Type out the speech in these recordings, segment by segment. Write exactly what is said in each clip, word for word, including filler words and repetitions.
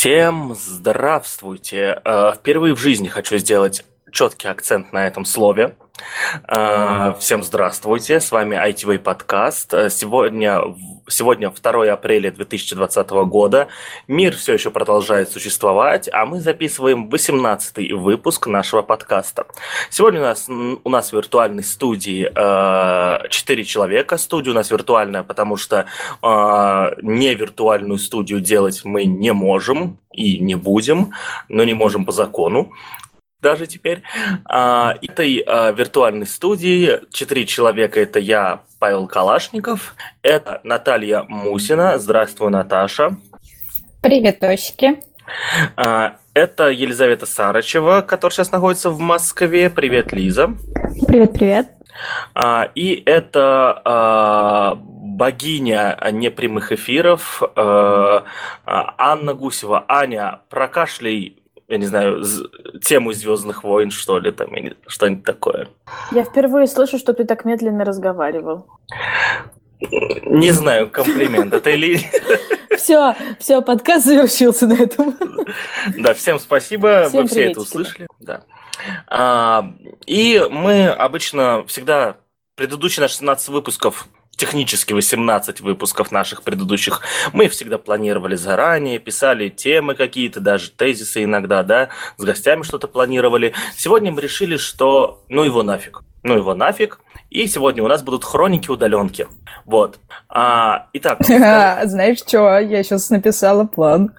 Всем здравствуйте! Э, Впервые в жизни хочу сделать четкий акцент на этом слове. Э, Всем здравствуйте! С вами ай ти вей подкаст. Э, Сегодня, сегодня второе апреля две тысячи двадцатого года. Мир все еще продолжает существовать, а мы записываем восемнадцатый выпуск нашего подкаста. Сегодня у нас, у нас в виртуальной студии э, четыре человека. Студия у нас виртуальная, потому что э, не виртуальную студию делать мы не можем и не будем, но не можем по закону. Даже теперь. А, этой а, виртуальной студии четыре человека. Это я, Павел Калашников. Это Наталья Мусина. Здравствуй, Наташа. Привет, Тосики. А, это Елизавета Сарычева, которая сейчас находится в Москве. Привет, Лиза. Привет-привет. А, и это а, богиня непрямых эфиров а, Анна Гусева. Аня, прокашляй, я не знаю, тему «Звездных войн», что ли, там, что-нибудь такое. Я впервые слышу, что ты так медленно разговаривал. Не знаю, комплимент это или... Все, все, подкаст завершился на этом. Да, всем спасибо, всем вы все это услышали. Да. А, и мы обычно всегда, предыдущие наши семнадцать выпусков, технически восемнадцать выпусков наших предыдущих, мы всегда планировали заранее, писали темы какие-то, даже тезисы иногда, да, с гостями что-то планировали. Сегодня мы решили, что ну его нафиг, ну его нафиг, и сегодня у нас будут хроники-удаленки. Вот. А, итак. Знаешь что, я сейчас написала план.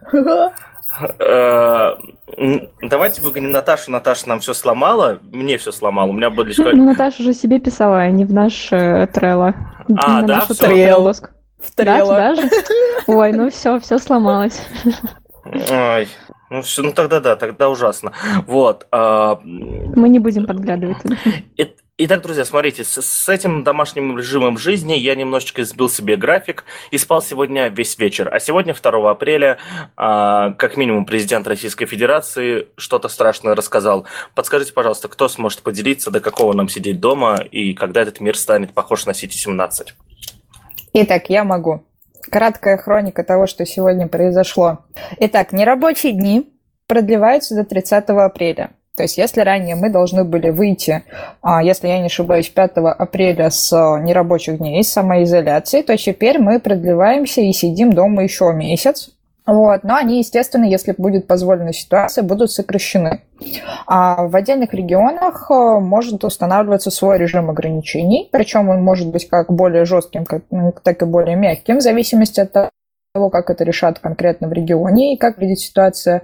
Давайте выгоним Наташу. Наташа нам все сломала, мне все сломала. У меня были... Ну, Наташа уже себе писала, а не в наш э, Трелло. А, на да? нашу Всё. Трелло. В Трелло. Да, даже? Ой, ну все, все сломалось. Ой, ну все, ну тогда да, тогда ужасно. Вот. А... Мы не будем подглядывать. И- Итак, друзья, смотрите, с, с этим домашним режимом жизни я немножечко сбил себе график и спал сегодня весь вечер. А сегодня, второго апреля, а, как минимум президент Российской Федерации что-то страшное рассказал. Подскажите, пожалуйста, кто сможет поделиться, до какого нам сидеть дома и когда этот мир станет похож на Сити семнадцать? Итак, я могу. Краткая хроника того, что сегодня произошло. Итак, нерабочие дни продлеваются до тридцатого апреля. То есть, если ранее мы должны были выйти, если я не ошибаюсь, пятого апреля с нерабочих дней, из самоизоляции, то теперь мы продлеваемся и сидим дома еще месяц. Вот. Но они, естественно, если будет позволена ситуация, будут сокращены. А в отдельных регионах может устанавливаться свой режим ограничений, причем он может быть как более жестким, так и более мягким, в зависимости от того, как это решат конкретно в регионе и как видит ситуация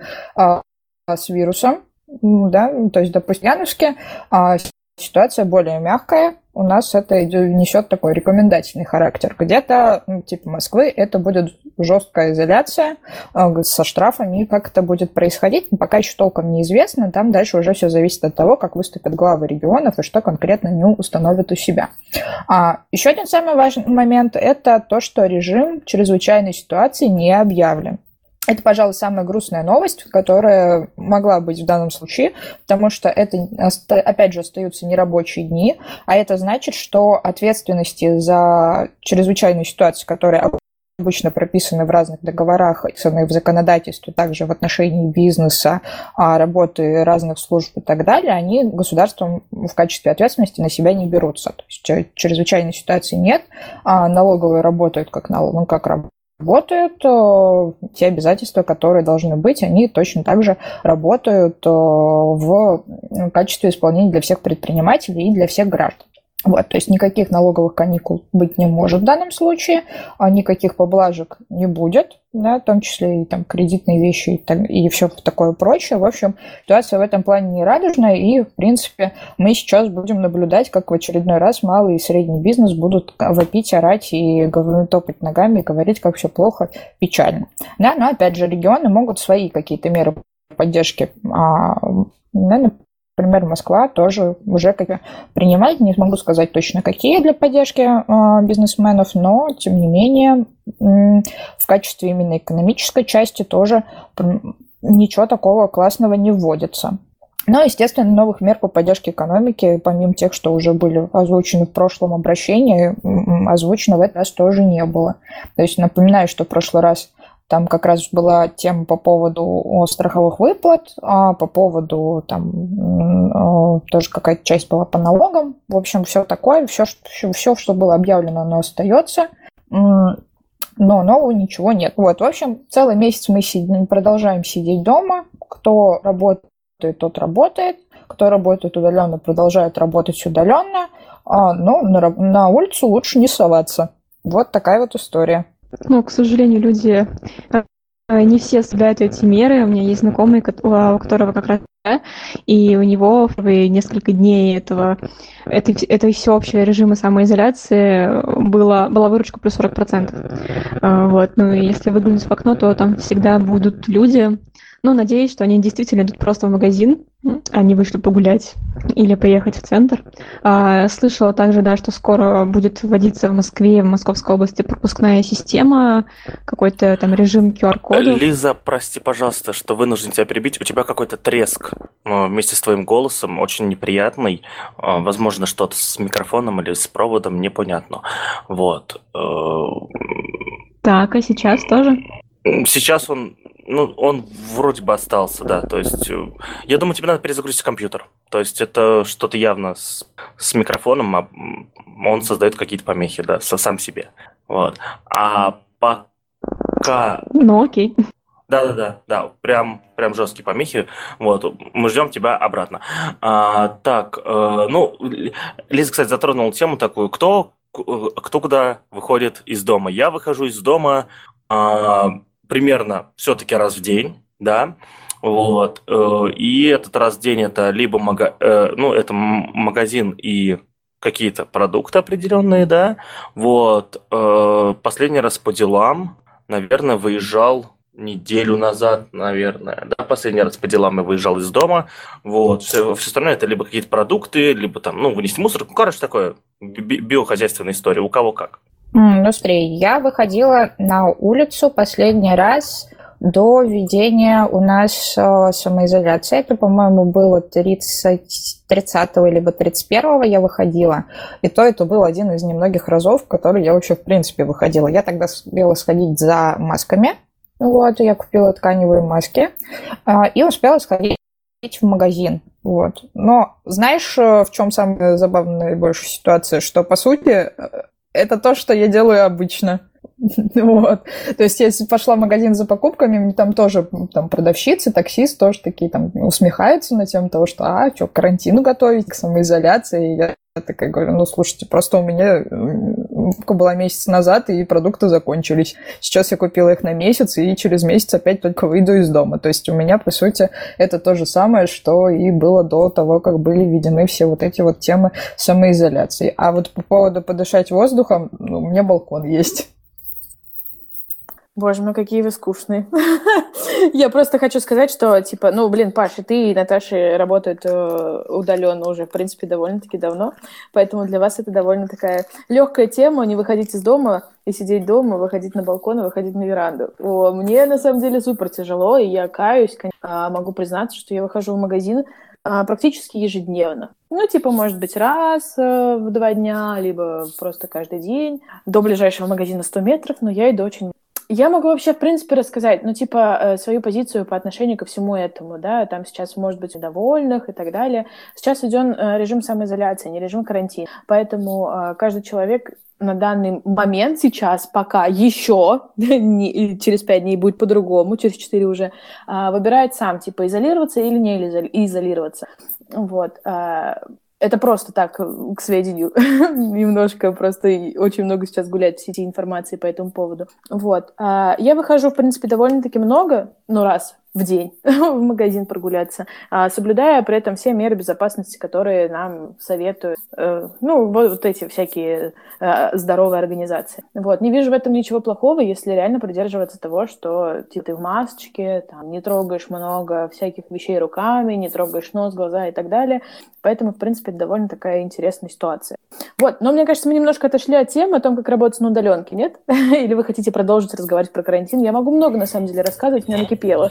с вирусом. Да, то есть, допустим, в Яновске а, ситуация более мягкая, у нас это несет такой рекомендательный характер. Где-то, ну, типа Москвы, это будет жесткая изоляция а, со штрафами, и как это будет происходить, пока еще толком неизвестно, там дальше уже все зависит от того, как выступят главы регионов и что конкретно они установят у себя. А, еще один самый важный момент – это то, что режим чрезвычайной ситуации не объявлен. Это, пожалуй, самая грустная новость, которая могла быть в данном случае, потому что это, опять же, остаются нерабочие дни, а это значит, что ответственности за чрезвычайную ситуацию, которая обычно прописаны в разных договорах, в законодательстве, также в отношении бизнеса, работы разных служб и так далее, они государством в качестве ответственности на себя не берутся. То есть чрезвычайной ситуации нет, а налоговые работают как налог, ну, как работают. работают, те обязательства, которые должны быть, они точно так же работают в качестве исполнения для всех предпринимателей и для всех граждан. Вот, то есть никаких налоговых каникул быть не может в данном случае, никаких поблажек не будет, да, в том числе и там кредитные вещи и, так, и все такое прочее. В общем, ситуация в этом плане не радужная, и, в принципе, мы сейчас будем наблюдать, как в очередной раз малый и средний бизнес будут вопить, орать и топать ногами и говорить, как все плохо, печально. Да, но, опять же, регионы могут свои какие-то меры поддержки, наверное, например, Москва тоже уже как принимает, не могу сказать точно какие для поддержки э, бизнесменов, но, тем не менее, э, в качестве именно экономической части тоже ничего такого классного не вводится. Но, естественно, новых мер по поддержке экономики, помимо тех, что уже были озвучены в прошлом обращении, озвучено в этот раз тоже не было. То есть напоминаю, что в прошлый раз Там как раз была тема по поводу страховых выплат, а по поводу там тоже какая-то часть была по налогам. В общем, все такое, все, все, все, что было объявлено, оно остается. Но нового ничего нет. Вот, в общем, целый месяц мы сидим, продолжаем сидеть дома. Кто работает, тот работает. Кто работает удаленно, продолжает работать удаленно. А, но на, на улицу лучше не соваться. Вот такая вот история. Ну, к сожалению, люди не все соблюдают эти меры. У меня есть знакомый, у которого как раз и у него в первые несколько дней этого, этой, этой всеобщего режима самоизоляции было, была выручка плюс сорок процентов. Вот. Ну и если выглянуть в окно, то там всегда будут люди. Ну, надеюсь, что они действительно идут просто в магазин, они вышли погулять или поехать в центр. А, слышала также, да, что скоро будет вводиться в Москве, в Московской области пропускная система, какой-то там режим ку ар-кодов. Лиза, прости, пожалуйста, что вынужден тебя перебить. У тебя какой-то треск вместе с твоим голосом, очень неприятный. Возможно, что-то с микрофоном или с проводом, непонятно. Вот. Так, а сейчас тоже? Сейчас он... Ну, он вроде бы остался, да, то есть, я думаю, тебе надо перезагрузить компьютер, то есть, это что-то явно с, с микрофоном, а он создает какие-то помехи, да, сам себе, вот, а пока... Ну, окей. Да-да-да, да, прям, прям жесткие помехи, вот, мы ждем тебя обратно. А, так, э, ну, Лиза, кстати, затронула тему такую, кто, кто куда выходит из дома. Я выхожу из дома... А, примерно все-таки раз в день, да, вот, и этот раз в день это либо мага... ну, это магазин и какие-то продукты определенные, да, вот, последний раз по делам, наверное, выезжал неделю назад, наверное, да, последний раз по делам я выезжал из дома, вот, все, все остальное это либо какие-то продукты, либо там, ну, вынести мусор, ну, короче, такое, би- биохозяйственная история, у кого как. Ну, смотри, я выходила на улицу последний раз до введения у нас э, самоизоляции. Это, по-моему, было тридцатого либо тридцать первого я выходила. И то это был один из немногих разов, в который я вообще, в принципе, выходила. Я тогда успела сходить за масками. Вот, я купила тканевые маски. Э, и успела сходить в магазин. Вот. Но знаешь, в чем самая забавная и большая ситуация? Что, по сути... Это то, что я делаю обычно. Вот. То есть, если пошла в магазин за покупками, мне там тоже там, продавщицы, таксист тоже такие там усмехаются на тему того, что а, что, к карантину готовить, к самоизоляции. И я такая говорю, ну, слушайте, просто у меня покупка была месяц назад, и продукты закончились. Сейчас я купила их на месяц, и через месяц опять только выйду из дома. То есть, у меня, по сути, это то же самое, что и было до того, как были введены все вот эти вот темы самоизоляции. А вот по поводу подышать воздухом, ну, у меня балкон есть. Боже мой, какие вы скучные. Я просто хочу сказать, что, типа, ну, блин, Паша, ты и Наташа работают э, удаленно уже, в принципе, довольно-таки давно, поэтому для вас это довольно такая легкая тема, не выходить из дома и сидеть дома, выходить на балкон и выходить на веранду. О, мне, на самом деле, супер тяжело, и я каюсь, конечно, могу признаться, что я выхожу в магазин а, практически ежедневно. Ну, типа, может быть, раз э, в два дня, либо просто каждый день. До ближайшего магазина сто метров, но я иду очень... Я могу вообще, в принципе, рассказать, ну, типа, свою позицию по отношению ко всему этому, да, там сейчас может быть недовольных и так далее. Сейчас идет режим самоизоляции, не режим карантина, поэтому каждый человек на данный момент сейчас пока еще, через пять дней будет по-другому, через четыре уже, выбирает сам, типа, изолироваться или не изолироваться. Вот. Это просто так, к сведению, немножко, просто очень много сейчас гуляет в сети информации по этому поводу. Вот. Я выхожу, в принципе, довольно-таки много, ну, раз в день в магазин прогуляться, соблюдая при этом все меры безопасности, которые нам советуют, ну, вот, вот эти всякие здоровые организации. Вот. Не вижу в этом ничего плохого, если реально придерживаться того, что типа, ты в масочке, там, не трогаешь много всяких вещей руками, не трогаешь нос, глаза и так далее. Поэтому, в принципе, это довольно такая интересная ситуация. Вот, но мне кажется, мы немножко отошли от темы о том, как работать на удаленке, нет? Или вы хотите продолжить разговаривать про карантин? Я могу много, на самом деле, рассказывать, мне накипело.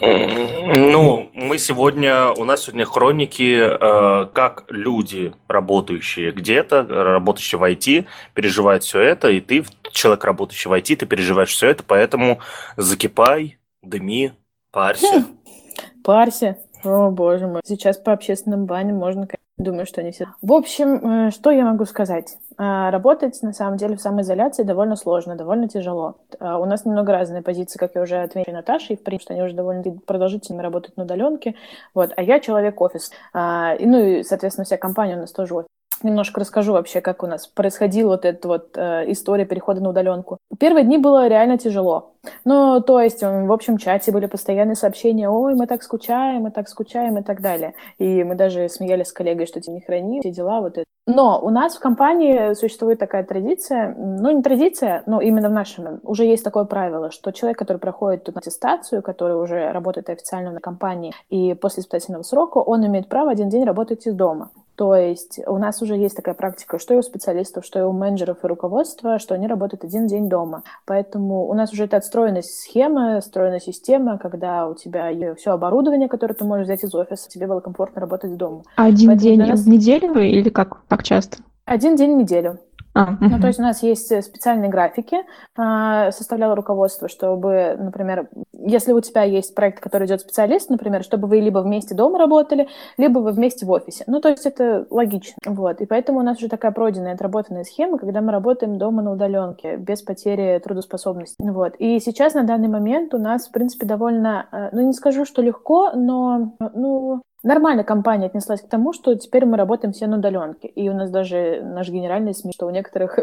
Ну, мы сегодня, у нас сегодня хроники, э, как люди, работающие где-то, работающие в ай ти, переживают все это, и ты, человек, работающий в ай ти, ты переживаешь все это, поэтому закипай, дыми, парься. Парься. О, боже мой. Сейчас по общественным баням можно... Думаю, что они все... В общем, что я могу сказать? Работать, на самом деле, в самоизоляции довольно сложно, довольно тяжело. У нас немного разные позиции, как я уже отметила Наташе, и, в принципе, они уже довольно продолжительно работают на удаленке. Вот. А я человек-офис. И, ну и, соответственно, вся компания у нас тоже офис. Немножко расскажу вообще, как у нас происходила вот эта вот э, история перехода на удаленку. Первые дни было реально тяжело. Ну, то есть, в общем чате были постоянные сообщения: ой, мы так скучаем, мы так скучаем и так далее. И мы даже смеялись с коллегой, что тебя не храни, все дела, вот это. Но у нас в компании существует такая традиция, ну, не традиция, но именно в нашем, уже есть такое правило, что человек, который проходит тут аттестацию, который уже работает официально на компании, и после испытательного срока, он имеет право один день работать из дома. То есть у нас уже есть такая практика, что и у специалистов, что и у менеджеров и руководства, что они работают один день дома. Поэтому у нас уже это отстроена схема, отстроена система, когда у тебя все оборудование, которое ты можешь взять из офиса, тебе было комфортно работать дома. Один Поэтому день нас... в неделю или как, как часто? Один день в неделю. А, ну, угу. то есть у нас есть специальные графики, э, составляло руководство, чтобы, например, если у тебя есть проект, который идет специалист, например, чтобы вы либо вместе дома работали, либо вы вместе в офисе. Ну, то есть это логично. Вот. И поэтому у нас уже такая пройденная, отработанная схема, когда мы работаем дома на удаленке, без потери трудоспособности. Вот. И сейчас, на данный момент, у нас, в принципе, довольно, э, ну, не скажу, что легко, но, ну... Нормально компания отнеслась к тому, что теперь мы работаем все на удаленке. И у нас даже наш генеральный СМИ, что у некоторых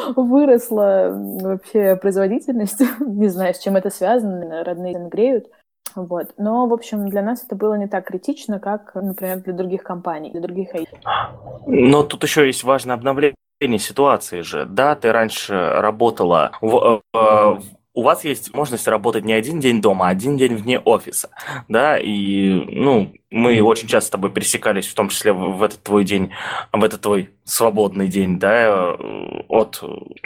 выросла вообще производительность. Не знаю, с чем это связано, родные греют. Вот. Но, в общем, для нас это было не так критично, как, например, для других компаний, для других ай ти. Но тут еще есть важное обновление ситуации же. Да, ты раньше работала в... в у вас есть возможность работать не один день дома, а один день вне офиса, да, и, ну, мы очень часто с тобой пересекались, в том числе в этот твой день, в этот твой свободный день, да, от,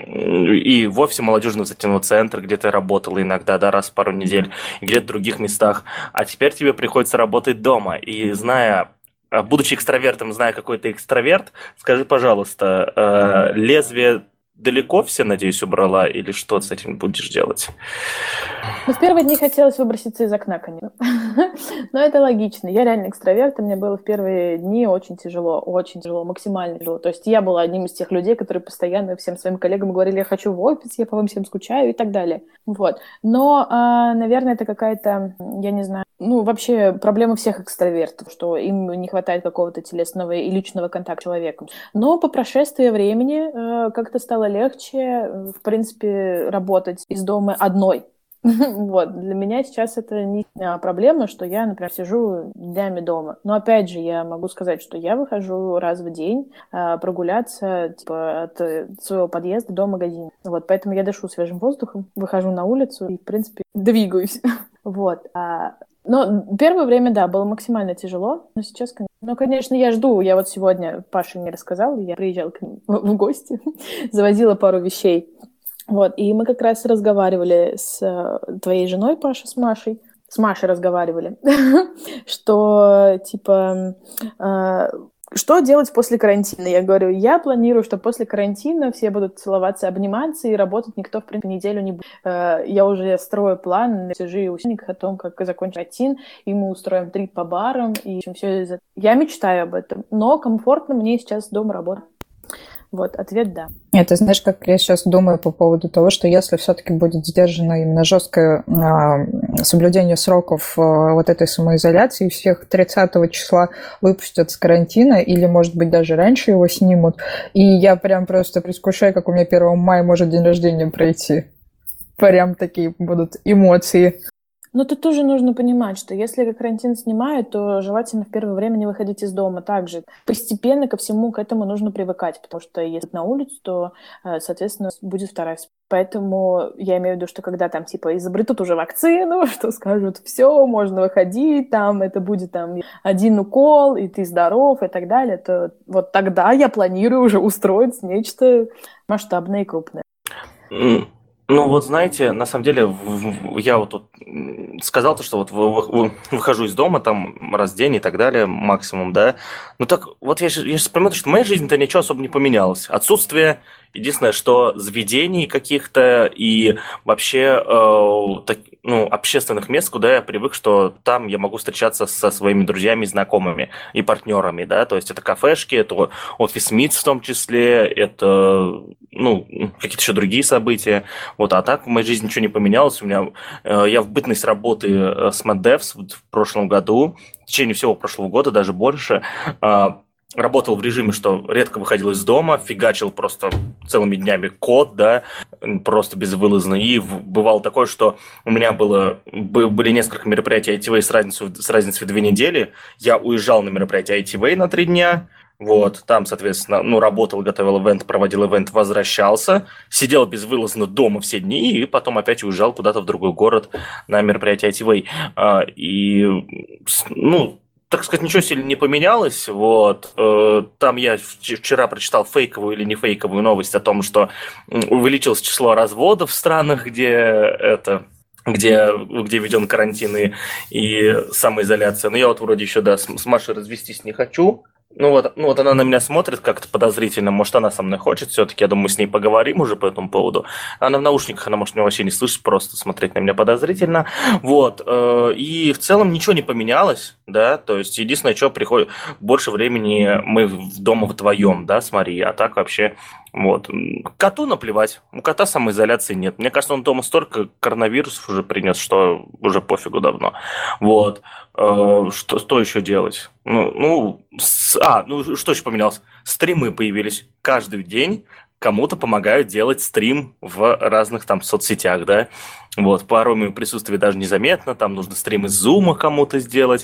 и в офисе молодежного инициативного центра, где ты работала иногда, да, раз в пару недель, и где-то в других местах, а теперь тебе приходится работать дома, и зная... Будучи экстравертом, зная, какой ты экстраверт, скажи, пожалуйста, э, лезвие далеко все, надеюсь, убрала, или что с этим будешь делать? Ну, в первые дни хотелось выброситься из окна, конечно. Но это логично. Я реально экстраверт, и мне было в первые дни очень тяжело, очень тяжело, максимально тяжело. То есть я была одним из тех людей, которые постоянно всем своим коллегам говорили: я хочу в офис, я по вам всем скучаю и так далее. Вот. Но, наверное, это какая-то, я не знаю, ну, вообще проблема всех экстравертов, что им не хватает какого-то телесного и личного контакта с человеком. Но по прошествии времени как-то стало легче, в принципе, работать из дома одной. Вот. Для меня сейчас это не проблема, что я, например, сижу днями дома. Но опять же, я могу сказать, что я выхожу раз в день э, прогуляться типа, от своего подъезда до магазина. Вот. Поэтому я дышу свежим воздухом, выхожу на улицу и, в принципе, двигаюсь. Вот. А, но первое время, да, было максимально тяжело. Но сейчас, конечно... Ну, конечно, я жду. Я вот сегодня Паше не рассказала, я приезжала к ним в гости, завозила пару вещей. Вот, и мы как раз разговаривали с твоей женой, Паша, с Машей. С Машей разговаривали, что, типа, э, что делать после карантина? Я говорю, я планирую, что после карантина все будут целоваться, обниматься, и работать никто, в принципе, неделю не будет. Э, я уже строю план, сижу и ученик о том, как закончить карантин, и мы устроим трип по барам, и все из-за... Я мечтаю об этом, но комфортно мне сейчас дома работать. Вот, ответ да. Нет, ты знаешь, как я сейчас думаю по поводу того, что если все-таки будет сдержано именно жесткое э, соблюдение сроков э, вот этой самоизоляции, всех тридцатого числа выпустят с карантина, или, может быть, даже раньше его снимут, и я прям просто предвкушаю, как у меня первого мая может день рождения пройти. Прям такие будут эмоции. Но тут тоже нужно понимать, что если карантин снимают, то желательно в первое время не выходить из дома. Также постепенно ко всему к этому нужно привыкать, потому что если на улицу, то, соответственно, будет вторая вспышка. Поэтому я имею в виду, что когда там типа изобретут уже вакцину, что скажут, все, можно выходить, там это будет там один укол, и ты здоров, и так далее, то вот тогда я планирую уже устроить нечто масштабное и крупное. М, Ну вот знаете, на самом деле в- в- я вот тут м, сказал то, что вот вы- вы- выхожу из дома там раз в день и так далее, максимум, да. Ну так вот я же, я же вспоминаю, что в моей жизни-то ничего особо не поменялось. Отсутствие, единственное, что заведений каких-то и вообще э, так- ну, общественных мест, куда я привык, что там я могу встречаться со своими друзьями, знакомыми и партнерами, да. То есть это кафешки, это офис Митс в том числе, это ну, какие-то еще другие события. Вот, а так в моей жизни ничего не поменялось. У меня, э, я в бытность работы э, с MadDevs вот в прошлом году, в течение всего прошлого года, даже больше, э, работал в режиме, что редко выходил из дома, фигачил просто целыми днями код, да, просто безвылазно. И в- бывало такое, что у меня было, бы- были несколько мероприятий ай ти вей с разницей, с разницей в две недели. Я уезжал на мероприятие ай ти вей на три дня, вот, там, соответственно, ну, работал, готовил ивент, проводил ивент, возвращался, сидел безвылазно дома все дни и потом опять уезжал куда-то в другой город на мероприятие ай ти вей. А, И, с- ну, так сказать, ничего сильно не поменялось. Вот. Э, Там я вч- вчера прочитал фейковую или не фейковую новость о том, что м, увеличилось число разводов в странах, где это где, где введен карантин и, и самоизоляция. Но я вот вроде еще, да, с, с Машей развестись не хочу. Ну вот, ну вот она на меня смотрит как-то подозрительно, может, она со мной хочет все-таки, я думаю, с ней поговорим уже по этому поводу. Она в наушниках, она может меня вообще не слышит, просто смотреть на меня подозрительно. Вот, э, и в целом ничего не поменялось, да, то есть единственное, что приходит, больше времени мы в- дома вдвоем, да, с Марией, а так вообще, вот. М, Коту наплевать, у кота самоизоляции нет. Мне кажется, он дома столько коронавирусов уже принес, что уже пофигу давно. Вот. Э, Что, что еще делать? Ну, ну, с- а, ну что еще поменялось? Стримы появились каждый день. Кому-то помогают делать стрим в разных там соцсетях, да. Вот, порой мое присутствие даже незаметно. Там нужно стрим из Зума кому-то сделать,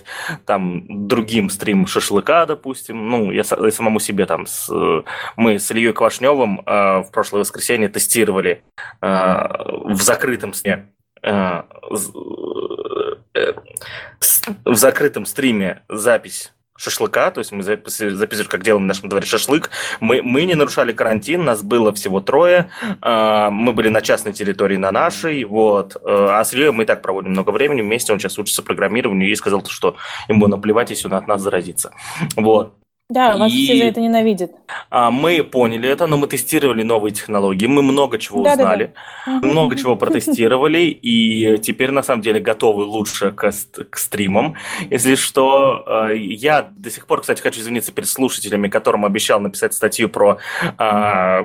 там другим стрим шашлыка, допустим. Ну, я, са- я самому себе там с, э, мы с Ильей Квашневым э, в прошлое воскресенье тестировали э, в закрытом сне э, з- э, с- в закрытом стриме запись шашлыка, то есть мы запис- записывали, как делаем в нашем дворе шашлык. Мы, мы не нарушали карантин, нас было всего трое, а, мы были на частной территории, на нашей, вот. э, А с Ильей мы и так проводим много времени вместе, он сейчас учится программированию и сказал, что ему наплевать, если он от нас заразится. Вот. Да, вас все за И это ненавидят. а, мы поняли это, но мы тестировали новые технологии, мы много чего Да-да-да. узнали, Мгм, много мгм. чего протестировали, и теперь на самом деле готовы лучше к, ст- к стримам. Если что, э, я до сих пор, кстати, хочу извиниться перед слушателями, которым обещал написать статью про, а,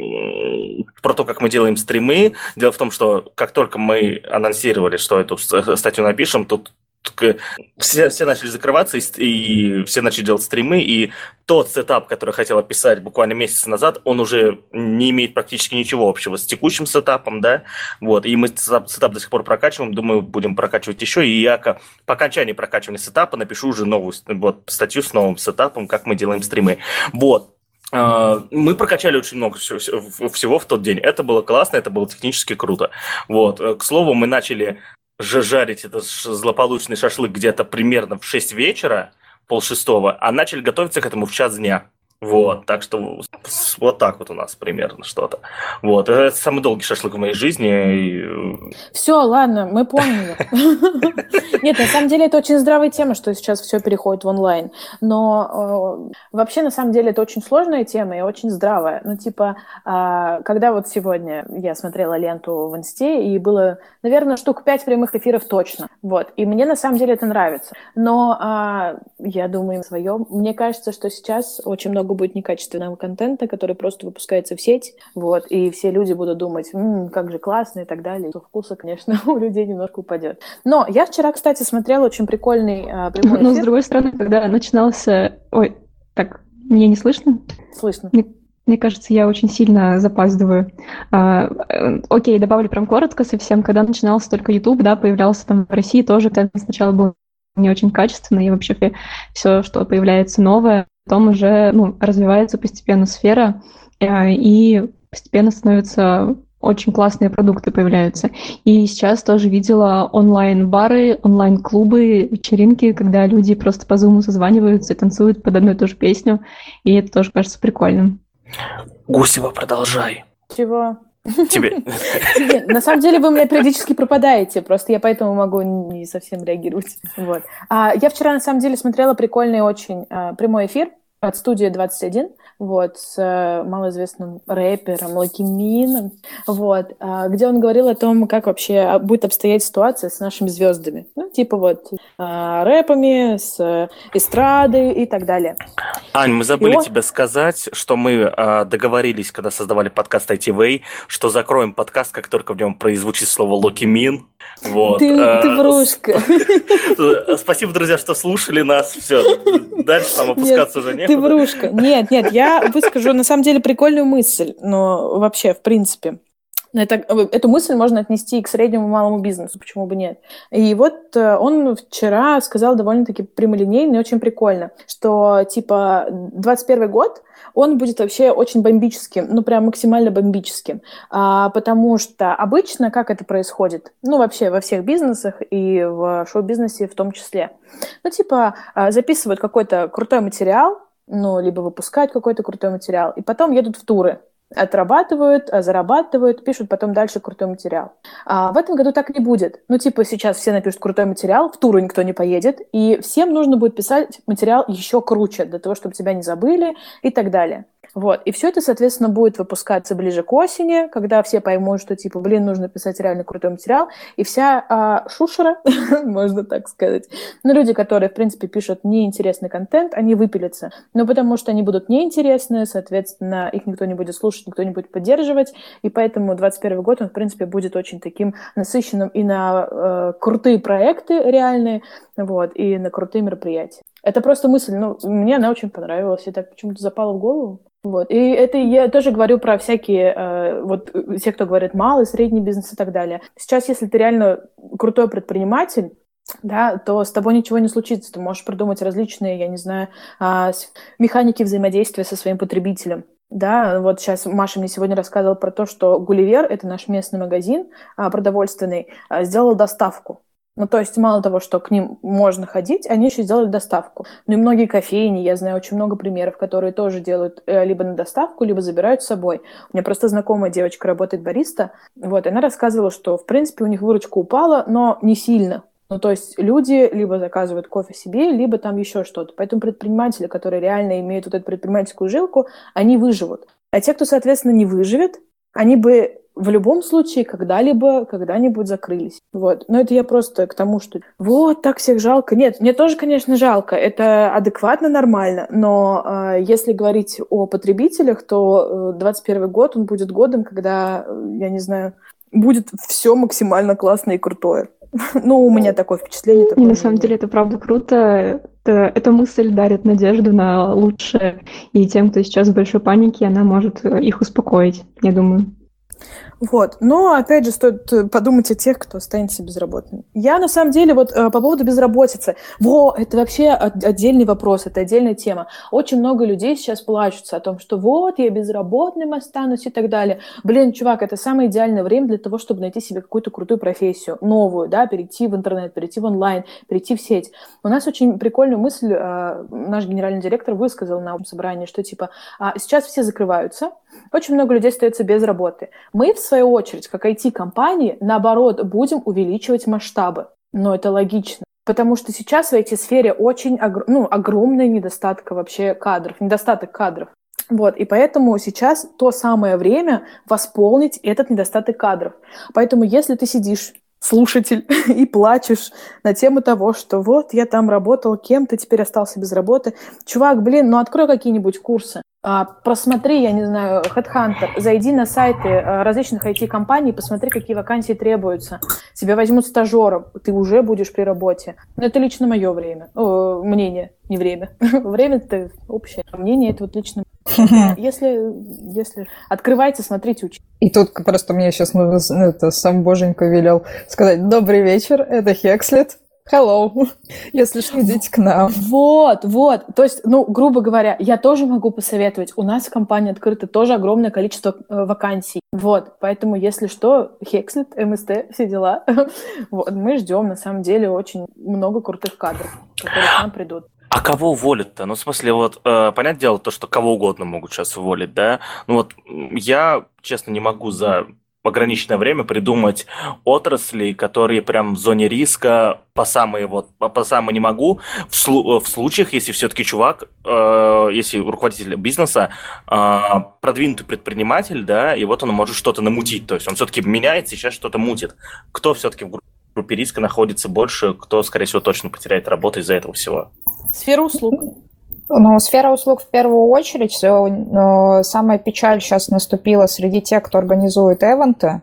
м, про то, как мы делаем стримы. Дело в том, что как только мы анонсировали, что эту с- статью напишем, тут к- все, все начали закрываться, и, ст- и все начали делать стримы, и тот сетап, который хотел описать буквально месяц назад, он уже не имеет практически ничего общего с текущим сетапом, да, вот, и мы сетап, сетап до сих пор прокачиваем, думаю, будем прокачивать еще, и я ко- по окончании прокачивания сетапа напишу уже новую вот, статью с новым сетапом, как мы делаем стримы, вот. А, Мы прокачали очень много всего, всего в тот день. Это было классно, это было технически круто. Вот. Э, К слову, мы начали же жарить этот ш- злополучный шашлык где-то примерно в шесть вечера, полшестого, а начали готовиться к этому в час дня. Вот, так что с- вот так вот у нас примерно что-то. Вот, это самый долгий шашлык в моей жизни. и, э, Все, ладно, мы поняли. Нет, на самом деле это очень здравая тема, что сейчас все переходит в онлайн. Но э, вообще, на самом деле, это очень сложная тема и очень здравая. Ну, типа, а, когда вот сегодня я смотрела ленту в Инсте, и было, наверное, штук пять прямых эфиров точно. Вот. И мне на самом деле это нравится. Но а, я думаю, своем. Мне кажется, что сейчас очень много будет некачественного контента, который просто выпускается в сеть. Вот. И все люди будут думать, «М, как же классно и так далее. То вкуса, конечно, у людей немножко упадет. Но я вчера, кстати, смотрела очень прикольный а, прямой Но, с эфир. другой стороны, когда начинался... Ой, так, меня не слышно? Слышно. Мне- Мне кажется, я очень сильно запаздываю. А, э, окей, добавлю прям коротко совсем. Когда начинался только YouTube, да, появлялся там в России тоже, контент сначала был не очень качественный, и вообще все, что появляется новое, потом уже ну, развивается постепенно сфера, э, и постепенно становятся очень классные продукты появляются. И сейчас тоже видела онлайн-бары, онлайн-клубы, вечеринки, когда люди просто по зуму созваниваются и танцуют под одну и ту же песню, и это тоже кажется прикольным. Гусева, продолжай. Чего? Тебе. На самом деле вы у меня периодически пропадаете, просто я поэтому могу не совсем реагировать. Вот. А, я вчера на самом деле смотрела прикольный очень а, прямой эфир от студии двадцать один, вот, с а, малоизвестным рэпером Локи Мином, вот, а, где он говорил о том, как вообще будет обстоять ситуация с нашими звездами. Ну, типа вот а, рэпами, с эстрадой и так далее. Ань, мы забыли И он... тебе сказать, что мы а, договорились, когда создавали подкаст ай ти вей, что закроем подкаст, как только в нем прозвучит слово Локи Мин. Вот. Ты, а, ты врушка. Спасибо, друзья, что слушали нас. Все, дальше там опускаться нет, уже некуда. Ты врушка. Нет, нет, я выскажу на самом деле прикольную мысль, но вообще, в принципе. Это, эту мысль можно отнести и к среднему и малому бизнесу, почему бы нет. И вот он вчера сказал довольно-таки прямолинейно и очень прикольно, что типа двадцать первый год, он будет вообще очень бомбическим, ну прям максимально бомбическим, а, потому что обычно как это происходит? Ну вообще во всех бизнесах и в шоу-бизнесе в том числе. Ну типа записывают какой-то крутой материал, ну либо выпускают какой-то крутой материал, и потом едут в туры. Отрабатывают, зарабатывают, пишут потом дальше крутой материал. А в этом году так не будет. Ну, типа, сейчас все напишут крутой материал, в туру никто не поедет, и всем нужно будет писать материал еще круче, для того, чтобы тебя не забыли и так далее. Вот. И все это, соответственно, будет выпускаться ближе к осени, когда все поймут, что, типа, блин, нужно писать реально крутой материал, и вся а, шушера, можно так сказать, ну, люди, которые, в принципе, пишут неинтересный контент, они выпилятся. Ну, потому что они будут неинтересны, соответственно, их никто не будет слушать, никто не будет поддерживать, и поэтому двадцать первый год, он, в принципе, будет очень таким насыщенным и на э, крутые проекты реальные, вот, и на крутые мероприятия. Это просто мысль, ну, мне она очень понравилась, и так почему-то запала в голову. Вот. И это я тоже говорю про всякие, э, вот те, кто говорит малый, средний бизнес и так далее. Сейчас, если ты реально крутой предприниматель, да, то с тобой ничего не случится. Ты можешь придумать различные, я не знаю, э, механики взаимодействия со своим потребителем. Да, вот сейчас Маша мне сегодня рассказывала про то, что Гулливер, это наш местный магазин э, продовольственный, э, сделал доставку. Ну, то есть мало того, что к ним можно ходить, они еще сделали доставку. Ну и многие кофейни, я знаю очень много примеров, которые тоже делают э, либо на доставку, либо забирают с собой. У меня просто знакомая девочка работает бариста, вот, и она рассказывала, что, в принципе, у них выручка упала, но не сильно. Ну, то есть люди либо заказывают кофе себе, либо там еще что-то. Поэтому предприниматели, которые реально имеют вот эту предпринимательскую жилку, они выживут. А те, кто, соответственно, не выживет, они бы в любом случае когда-либо, когда-нибудь закрылись. Вот. Но это я просто к тому, что вот так всех жалко. Нет, мне тоже, конечно, жалко. Это адекватно, нормально. Но э, если говорить о потребителях, то э, двадцать первый год, он будет годом, когда, э, я не знаю, будет все максимально классно и крутое. Ну, у меня такое впечатление. И на самом деле это правда круто. Это, эта мысль дарит надежду на лучшее. И тем, кто сейчас в большой панике, она может их успокоить, я думаю. Вот. Но, опять же, стоит подумать о тех, кто останется безработным. Я, на самом деле, вот по поводу безработицы. Во, это вообще отдельный вопрос, это отдельная тема. Очень много людей сейчас плачутся о том, что вот, я безработным останусь и так далее. Блин, чувак, это самое идеальное время для того, чтобы найти себе какую-то крутую профессию, новую, да, перейти в интернет, перейти в онлайн, перейти в сеть. У нас очень прикольную мысль э, наш генеральный директор высказал на собрании, что, типа, э, сейчас все закрываются, очень много людей остается без работы. Мы, в свою очередь, как ай ти-компании, наоборот, будем увеличивать масштабы. Но это логично. Потому что сейчас в ай ти-сфере очень ну, огромный недостаток вообще кадров, недостаток кадров. Вот, и поэтому сейчас то самое время восполнить этот недостаток кадров. Поэтому если ты сидишь, слушатель, и плачешь на тему того, что вот я там работал кем-то, теперь остался без работы. Чувак, блин, ну открой какие-нибудь курсы. Просмотри, я не знаю, HeadHunter, зайди на сайты различных ай ти-компаний, посмотри, какие вакансии требуются. Тебя возьмут стажером, ты уже будешь при работе. Но это лично мое время. О, мнение, не время. Время – это общее. Мнение – это вот лично. Если, если открывайте, смотрите, учите. И тут просто мне сейчас нужно, это, сам Боженька велел сказать: добрый вечер, это Хекслет. Hello. Если что, идите к нам. Вот, вот. То есть, ну, грубо говоря, я тоже могу посоветовать. У нас в компании открыто тоже огромное количество э, вакансий. Вот. Поэтому, если что, Хекслет, эм эс тэ, все дела. Вот. Мы ждем, на самом деле, очень много крутых кадров, которые к нам придут. А кого уволят-то? Ну, в смысле, вот, э, понятное дело, то, что кого угодно могут сейчас уволить, да? Ну, вот, я, честно, не могу за ограниченное время придумать отрасли, которые прям в зоне риска по самые вот, по, по самые не могу. В, слу- в случаях, если все-таки чувак, э, если руководитель бизнеса, э, продвинутый предприниматель, да, и вот он может что-то намутить, то есть он все-таки меняется и сейчас что-то мутит. Кто все-таки в группе риска находится больше, кто, скорее всего, точно потеряет работу из-за этого всего? Сфера услуг. Ну, сфера услуг в первую очередь. Но самая печаль сейчас наступила среди тех, кто организует эвенты.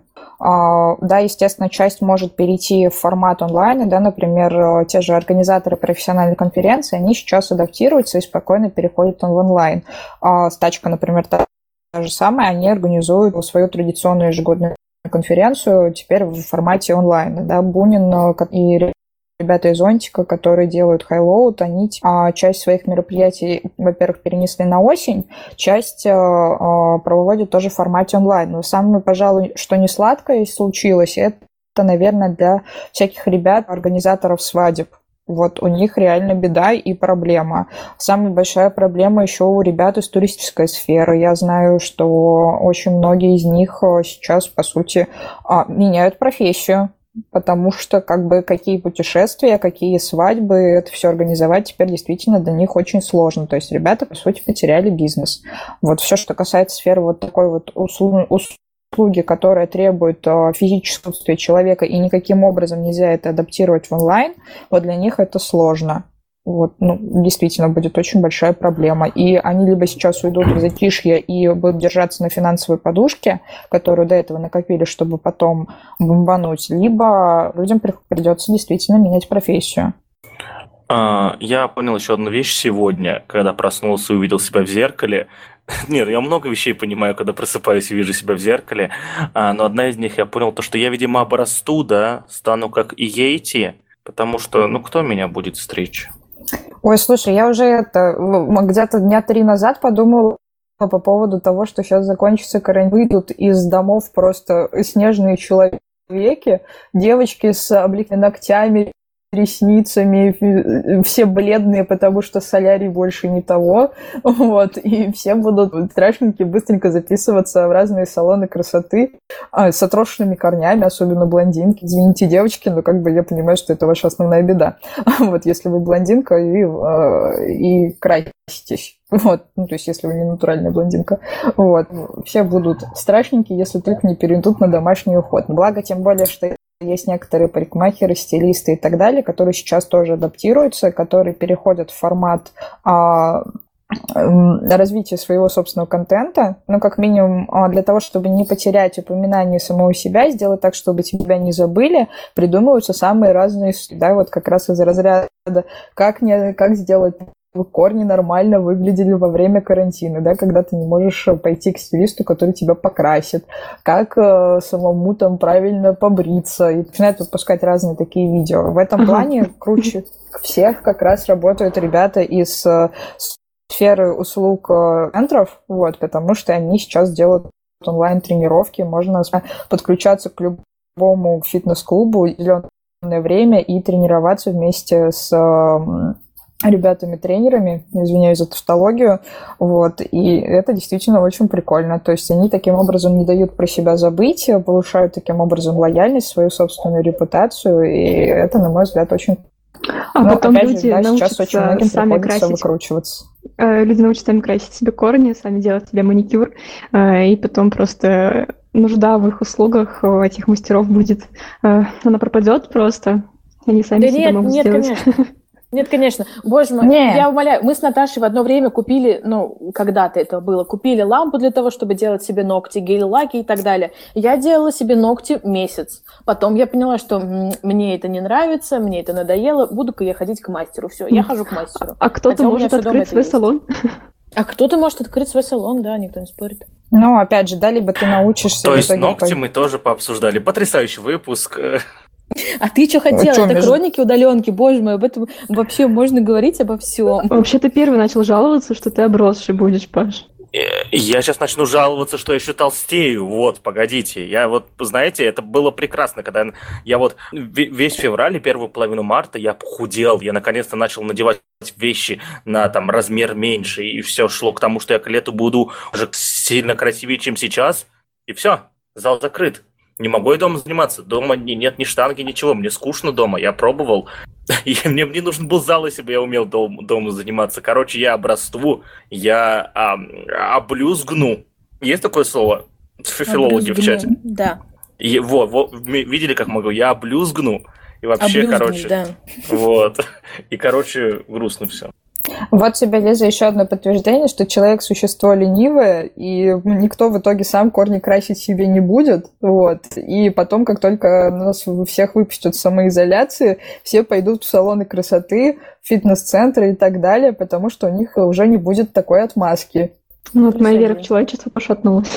Да, естественно, часть может перейти в формат онлайн, да, например, те же организаторы профессиональной конференции, они сейчас адаптируются и спокойно переходят в онлайн. Стачка, например, та же самая, они организуют свою традиционную ежегодную конференцию теперь в формате онлайн. Да, Бунин и ребята из Зонтика, которые делают хайлоуд, они а, часть своих мероприятий, во-первых, перенесли на осень, часть а, проводят тоже в формате онлайн. Но самое, пожалуй, что не сладкое случилось, это, наверное, для всяких ребят, организаторов свадеб. Вот у них реально беда и проблема. Самая большая проблема еще у ребят из туристической сферы. Я знаю, что очень многие из них сейчас, по сути, а, меняют профессию. Потому что как бы какие путешествия, какие свадьбы, это все организовать теперь действительно для них очень сложно. То есть ребята, по сути, потеряли бизнес. Вот все, что касается сферы вот такой вот услуги, услуги, которая требует физического присутствия человека, и никаким образом нельзя это адаптировать в онлайн, вот для них это сложно. Вот, ну, действительно, будет очень большая проблема. И они либо сейчас уйдут в затишье и будут держаться на финансовой подушке, которую до этого накопили, чтобы потом бомбануть, либо людям придется действительно менять профессию. Я понял еще одну вещь сегодня, когда проснулся и увидел себя в зеркале. Нет, я много вещей понимаю, когда просыпаюсь и вижу себя в зеркале, но одна из них я понял, то, что я, видимо, обрасту, да, стану как и Йети, потому что, ну, кто меня будет стричь? Ой, слушай, я уже это где-то дня три назад подумала по поводу того, что сейчас закончится карантин, выйдут из домов просто снежные человеки, девочки с обликами ногтями, ресницами, все бледные, потому что солярий больше не того, вот, и все будут страшненькие быстренько записываться в разные салоны красоты а, с отросшими корнями, особенно блондинки. Извините, девочки, но как бы я понимаю, что это ваша основная беда. Вот, если вы блондинка и, и краситесь. Вот, ну, то есть, если вы не натуральная блондинка. Вот, все будут страшненькие, если только не перейдут на домашний уход. Благо, тем более, что есть некоторые парикмахеры, стилисты и так далее, которые сейчас тоже адаптируются, которые переходят в формат а, развития своего собственного контента, ну, как минимум, для того, чтобы не потерять упоминание самого себя, сделать так, чтобы тебя не забыли, придумываются самые разные, да, вот как раз из разряда, как, не, как сделать корни нормально выглядели во время карантина, да, когда ты не можешь пойти к стилисту, который тебя покрасит, как э, самому там правильно побриться, и начинают выпускать разные такие видео. В этом плане круче всех как раз работают ребята из э, сферы услуг э, центров, вот, потому что они сейчас делают онлайн-тренировки, можно подключаться к любому фитнес-клубу в определенное время и тренироваться вместе с э, ребятами-тренерами, извиняюсь за тавтологию, вот, и это действительно очень прикольно, то есть они таким образом не дают про себя забыть, повышают таким образом лояльность, свою собственную репутацию, и это, на мой взгляд, очень... А Но, потом опять люди же, да, научатся сейчас очень многим сами приходится красить. выкручиваться. Люди научатся сами красить себе корни, сами делать себе маникюр, и потом просто нужда в их услугах, у этих мастеров будет, она пропадет просто, они сами да себе нет, могут нет, сделать. конечно. Нет, конечно. Боже мой, Нет. Я умоляю, мы с Наташей в одно время купили, ну, когда-то это было, купили лампу для того, чтобы делать себе ногти, гель-лаки и так далее. Я делала себе ногти месяц. Потом я поняла, что м- мне это не нравится, мне это надоело, буду-ка я ходить к мастеру. Все, я хожу к мастеру. А кто-то Хотя у меня может всё дома открыть это свой есть. салон. А кто-то может открыть свой салон, да, никто не спорит. Ну, опять же, да, либо ты научишься... То в есть итоге ногти по- мы тоже пообсуждали. Потрясающий выпуск. А ты что хотела? чё, Это между- хроники удаленки, боже мой, об этом вообще можно говорить обо всем. Вообще, ты первый начал жаловаться, что ты обросший будешь, Паш. Э, Я сейчас начну жаловаться, что я еще толстею. Вот, погодите. Я вот, знаете, это было прекрасно, когда я вот ве- весь февраль и первую половину марта я похудел. Я наконец-то начал надевать вещи на там размер меньше. И все шло к тому, что я к лету буду уже сильно красивее, чем сейчас. И все, зал закрыт. Не могу я дома заниматься. Дома не- нет ни штанги, ничего. Мне скучно дома. Я пробовал. И мне, мне нужен был зал, если бы я умел дом- дома заниматься. Короче, я обрасту, я а, облюзгну. Есть такое слово? Фи- Филологи в чате. Да. И, вот, вот, м- видели, как могу? Я облюзгну. И вообще, Облюзгнешь, короче, да. вот. И, короче, грустно все. Вот тебе, Лиза, еще одно подтверждение, что человек – существо ленивое, и никто в итоге сам корни красить себе не будет. Вот. И потом, как только нас всех выпустят в самоизоляции, все пойдут в салоны красоты, в фитнес-центры и так далее, потому что у них уже не будет такой отмазки. Ну, вот моя вера в Присоединюсь. человечество пошатнулась.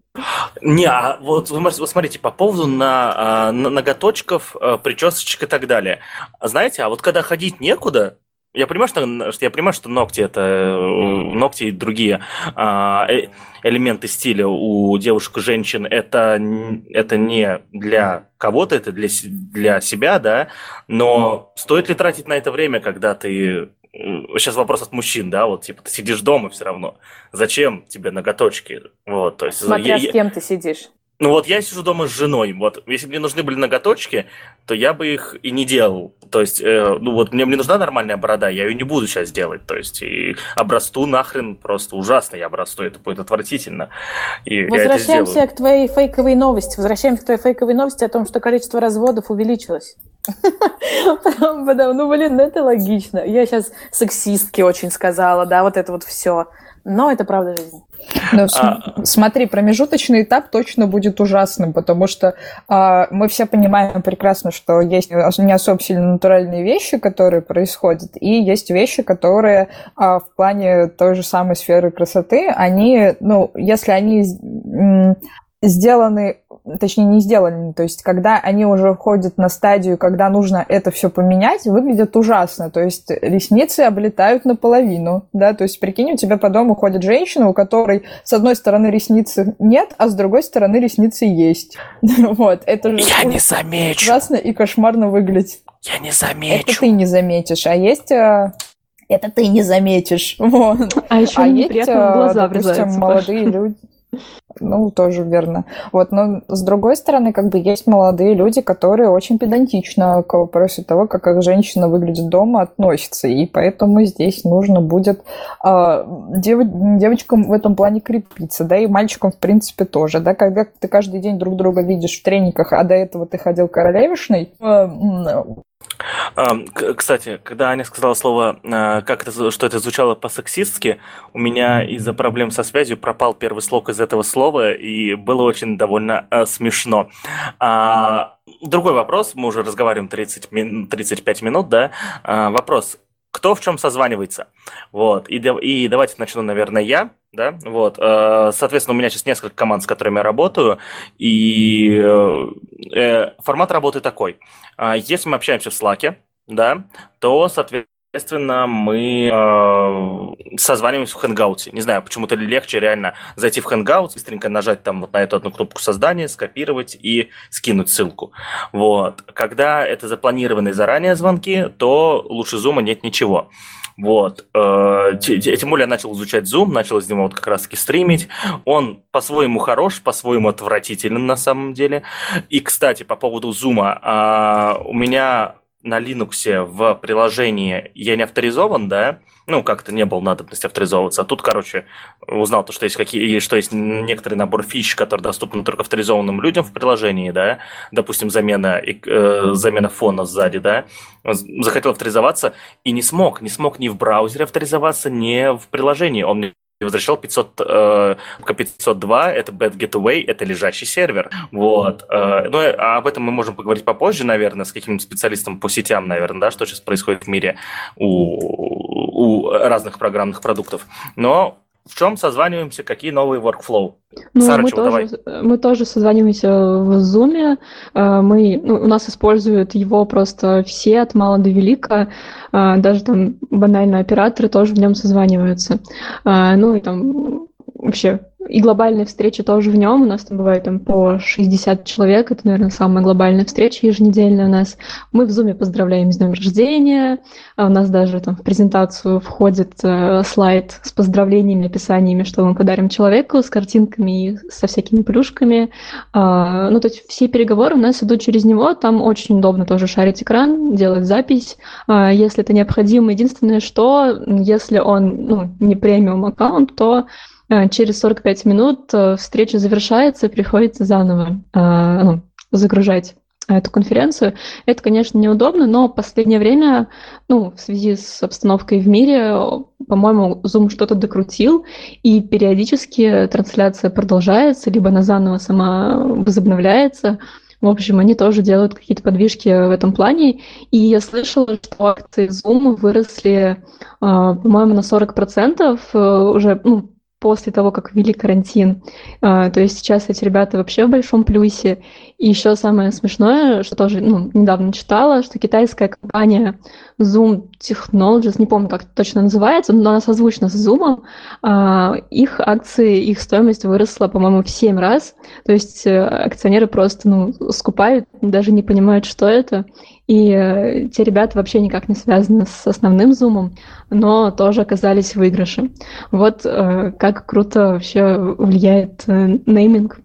Не, а вот вы мос- вот смотрите, по поводу на, а, на- ноготочков, а, причесочек и так далее. А знаете, а вот когда ходить некуда, я понимаю, что, что- я понимаю, что ногти это э, ногти и другие а, э- элементы стиля у девушек и женщин это, н- это не для кого-то, это для, с- для себя, да, но стоит ли тратить на это время, когда ты... Сейчас вопрос от мужчин, да, вот типа ты сидишь дома все равно. Зачем тебе ноготочки? Вот, то есть Смотря я- с кем ты сидишь. ну вот я сижу дома с женой, вот если бы мне нужны были ноготочки, то я бы их и не делал. То есть, э, ну вот мне, мне нужна нормальная борода, я ее не буду сейчас делать. То есть, и обрасту нахрен просто ужасно, я обрасту, это будет отвратительно. И я это Возвращаемся сделаю. к твоей фейковой новости. Возвращаемся к твоей фейковой новости о том, что количество разводов увеличилось. Потому- потому- Ну, блин, ну это логично. Я сейчас сексистки очень сказала, да, вот это вот все. Но это правда жизни. Но с- А. смотри, промежуточный этап точно будет ужасным, потому что а, мы все понимаем прекрасно, что есть не особо сильно натуральные вещи, которые происходят, и есть вещи, которые а, в плане той же самой сферы красоты, они, ну, если они м, сделаны, точнее, не сделаны, то есть когда они уже входят на стадию, когда нужно это все поменять, выглядят ужасно, то есть ресницы облетают наполовину, да, то есть прикинь, у тебя по дому ходит женщина, у которой с одной стороны ресницы нет, а с другой стороны ресницы есть. Вот, это же Я не замечу, ужасно и кошмарно выглядит. я не Это замечу. ты не заметишь, а есть... э, Это ты не заметишь. Вот. А еще А есть, неприятно в э, глаза допустим, врезается. молодые люди. Ну, тоже верно. Вот, но с другой стороны, как бы есть молодые люди, которые очень педантично к вопросу того, как их женщина выглядит дома, относятся. И поэтому здесь нужно будет э, дев- девочкам в этом плане крепиться, да, и мальчикам, в принципе, тоже. Да, когда ты каждый день друг друга видишь в трениках, а до этого ты ходил королевишной, э, м, А, к- Кстати, когда Аня сказала слово, а, как это, зв- что это звучало по-сексистски, у меня из-за проблем со связью пропал первый слог из этого слова, и было очень довольно а, смешно. А, другой вопрос, мы уже разговариваем тридцать, мин- тридцать пять минут, да? А, вопрос, кто в чем созванивается? Вот, и, да- и давайте начну, наверное, я. Да, вот, э, соответственно, у меня сейчас несколько команд, с которыми я работаю, и э, э, формат работы такой. А, Если мы общаемся в Slack, да, то, соответственно, мы э, созваниваемся в Hangouts. Не знаю, почему-то легче реально зайти в Hangouts, быстренько нажать там вот на эту одну кнопку создания, скопировать и скинуть ссылку. Вот. Когда это запланированные заранее звонки, то лучше Zoom нет ничего. Вот. Э, те- те- Тем более я начал изучать Zoom, начал из него вот как раз-таки стримить. Он по-своему хорош, по-своему отвратителен на самом деле. И, кстати, по поводу Zoom, а, у меня на Linux в приложении я не авторизован, да, ну, как-то не было надобности авторизовываться. А тут, короче, узнал, то, что есть какие, что есть некоторый набор фич, которые доступны только авторизованным людям в приложении, да, допустим, замена, э, замена фона сзади, да, захотел авторизоваться и не смог, не смог ни в браузере авторизоваться, ни в приложении. Он мне возвращал пятьсот, э, пятьсот два, это Bad Gateway, это лежащий сервер. Вот. Э, ну, а об этом мы можем поговорить попозже, наверное, с каким-нибудь специалистом по сетям, наверное, да, что сейчас происходит в мире у, у разных программных продуктов. Но в чем созваниваемся, какие новые workflow? Ну, Сара, мы чего, давай. тоже, мы тоже созваниваемся в Zoom. Э, Мы, ну, у нас используют его просто все от мала до велика. Э, Даже там банально операторы тоже в нем созваниваются. Э, Ну и там вообще и глобальные встречи тоже в нем. У нас там бывает там по шестьдесят человек. Это, наверное, самая глобальная встреча еженедельная у нас. Мы в Zoom поздравляем с днем рождения. А у нас даже там в презентацию входит э, слайд с поздравлениями, описаниями, что мы подарим человеку, с картинками и со всякими плюшками. А, ну, то есть все переговоры у нас идут через него. Там очень удобно тоже шарить экран, делать запись, а, если это необходимо. Единственное, что если он ну, не премиум аккаунт, то а, через сорок пять минут а, встреча завершается, и приходится заново а, ну, загружать эту конференцию. Это, конечно, неудобно, но в последнее время, ну, в связи с обстановкой в мире, по-моему, Zoom что-то докрутил, и периодически трансляция продолжается, либо она заново сама возобновляется. В общем, они тоже делают какие-то подвижки в этом плане. И я слышала, что акции Zoom выросли, а, по-моему, на сорок процентов а, уже, ну, после того, как ввели карантин. А, То есть сейчас эти ребята вообще в большом плюсе. И еще самое смешное, что тоже ну, недавно читала, что китайская компания Zoom Technologies, не помню, как это точно называется, но она созвучна с Zoom, а, их акции, их стоимость выросла, по-моему, в семь раз. То есть э, акционеры просто ну, скупают, даже не понимают, что это. И э, те ребята вообще никак не связаны с основным Zoom, но тоже оказались в выигрыше. Вот э, как круто вообще влияет э, нейминг.